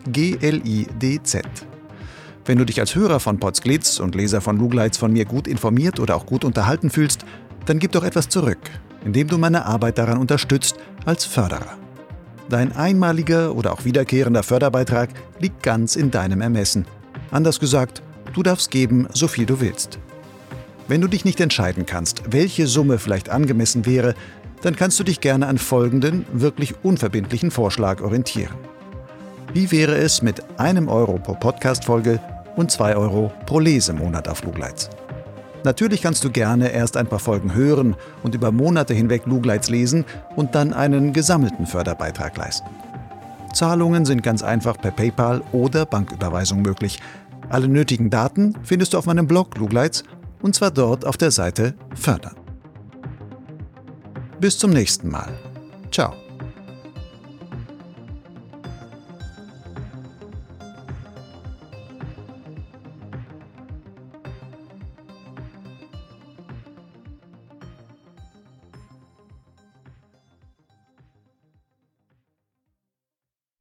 Wenn du dich als Hörer von Potsglitz und Leser von Lugleitz von mir gut informiert oder auch gut unterhalten fühlst, dann gib doch etwas zurück, indem du meine Arbeit daran unterstützt als Förderer. Dein einmaliger oder auch wiederkehrender Förderbeitrag liegt ganz in deinem Ermessen. Anders gesagt, du darfst geben, so viel du willst. Wenn du dich nicht entscheiden kannst, welche Summe vielleicht angemessen wäre, dann kannst du dich gerne an folgenden, wirklich unverbindlichen Vorschlag orientieren. Wie wäre es mit 1 Euro pro Podcast-Folge und 2 Euro pro Lesemonat auf Lugleitz? Natürlich kannst du gerne erst ein paar Folgen hören und über Monate hinweg Lugleitz lesen und dann einen gesammelten Förderbeitrag leisten. Zahlungen sind ganz einfach per PayPal oder Banküberweisung möglich. Alle nötigen Daten findest du auf meinem Blog Lugleitz und zwar dort auf der Seite Fördern. Bis zum nächsten Mal. Ciao.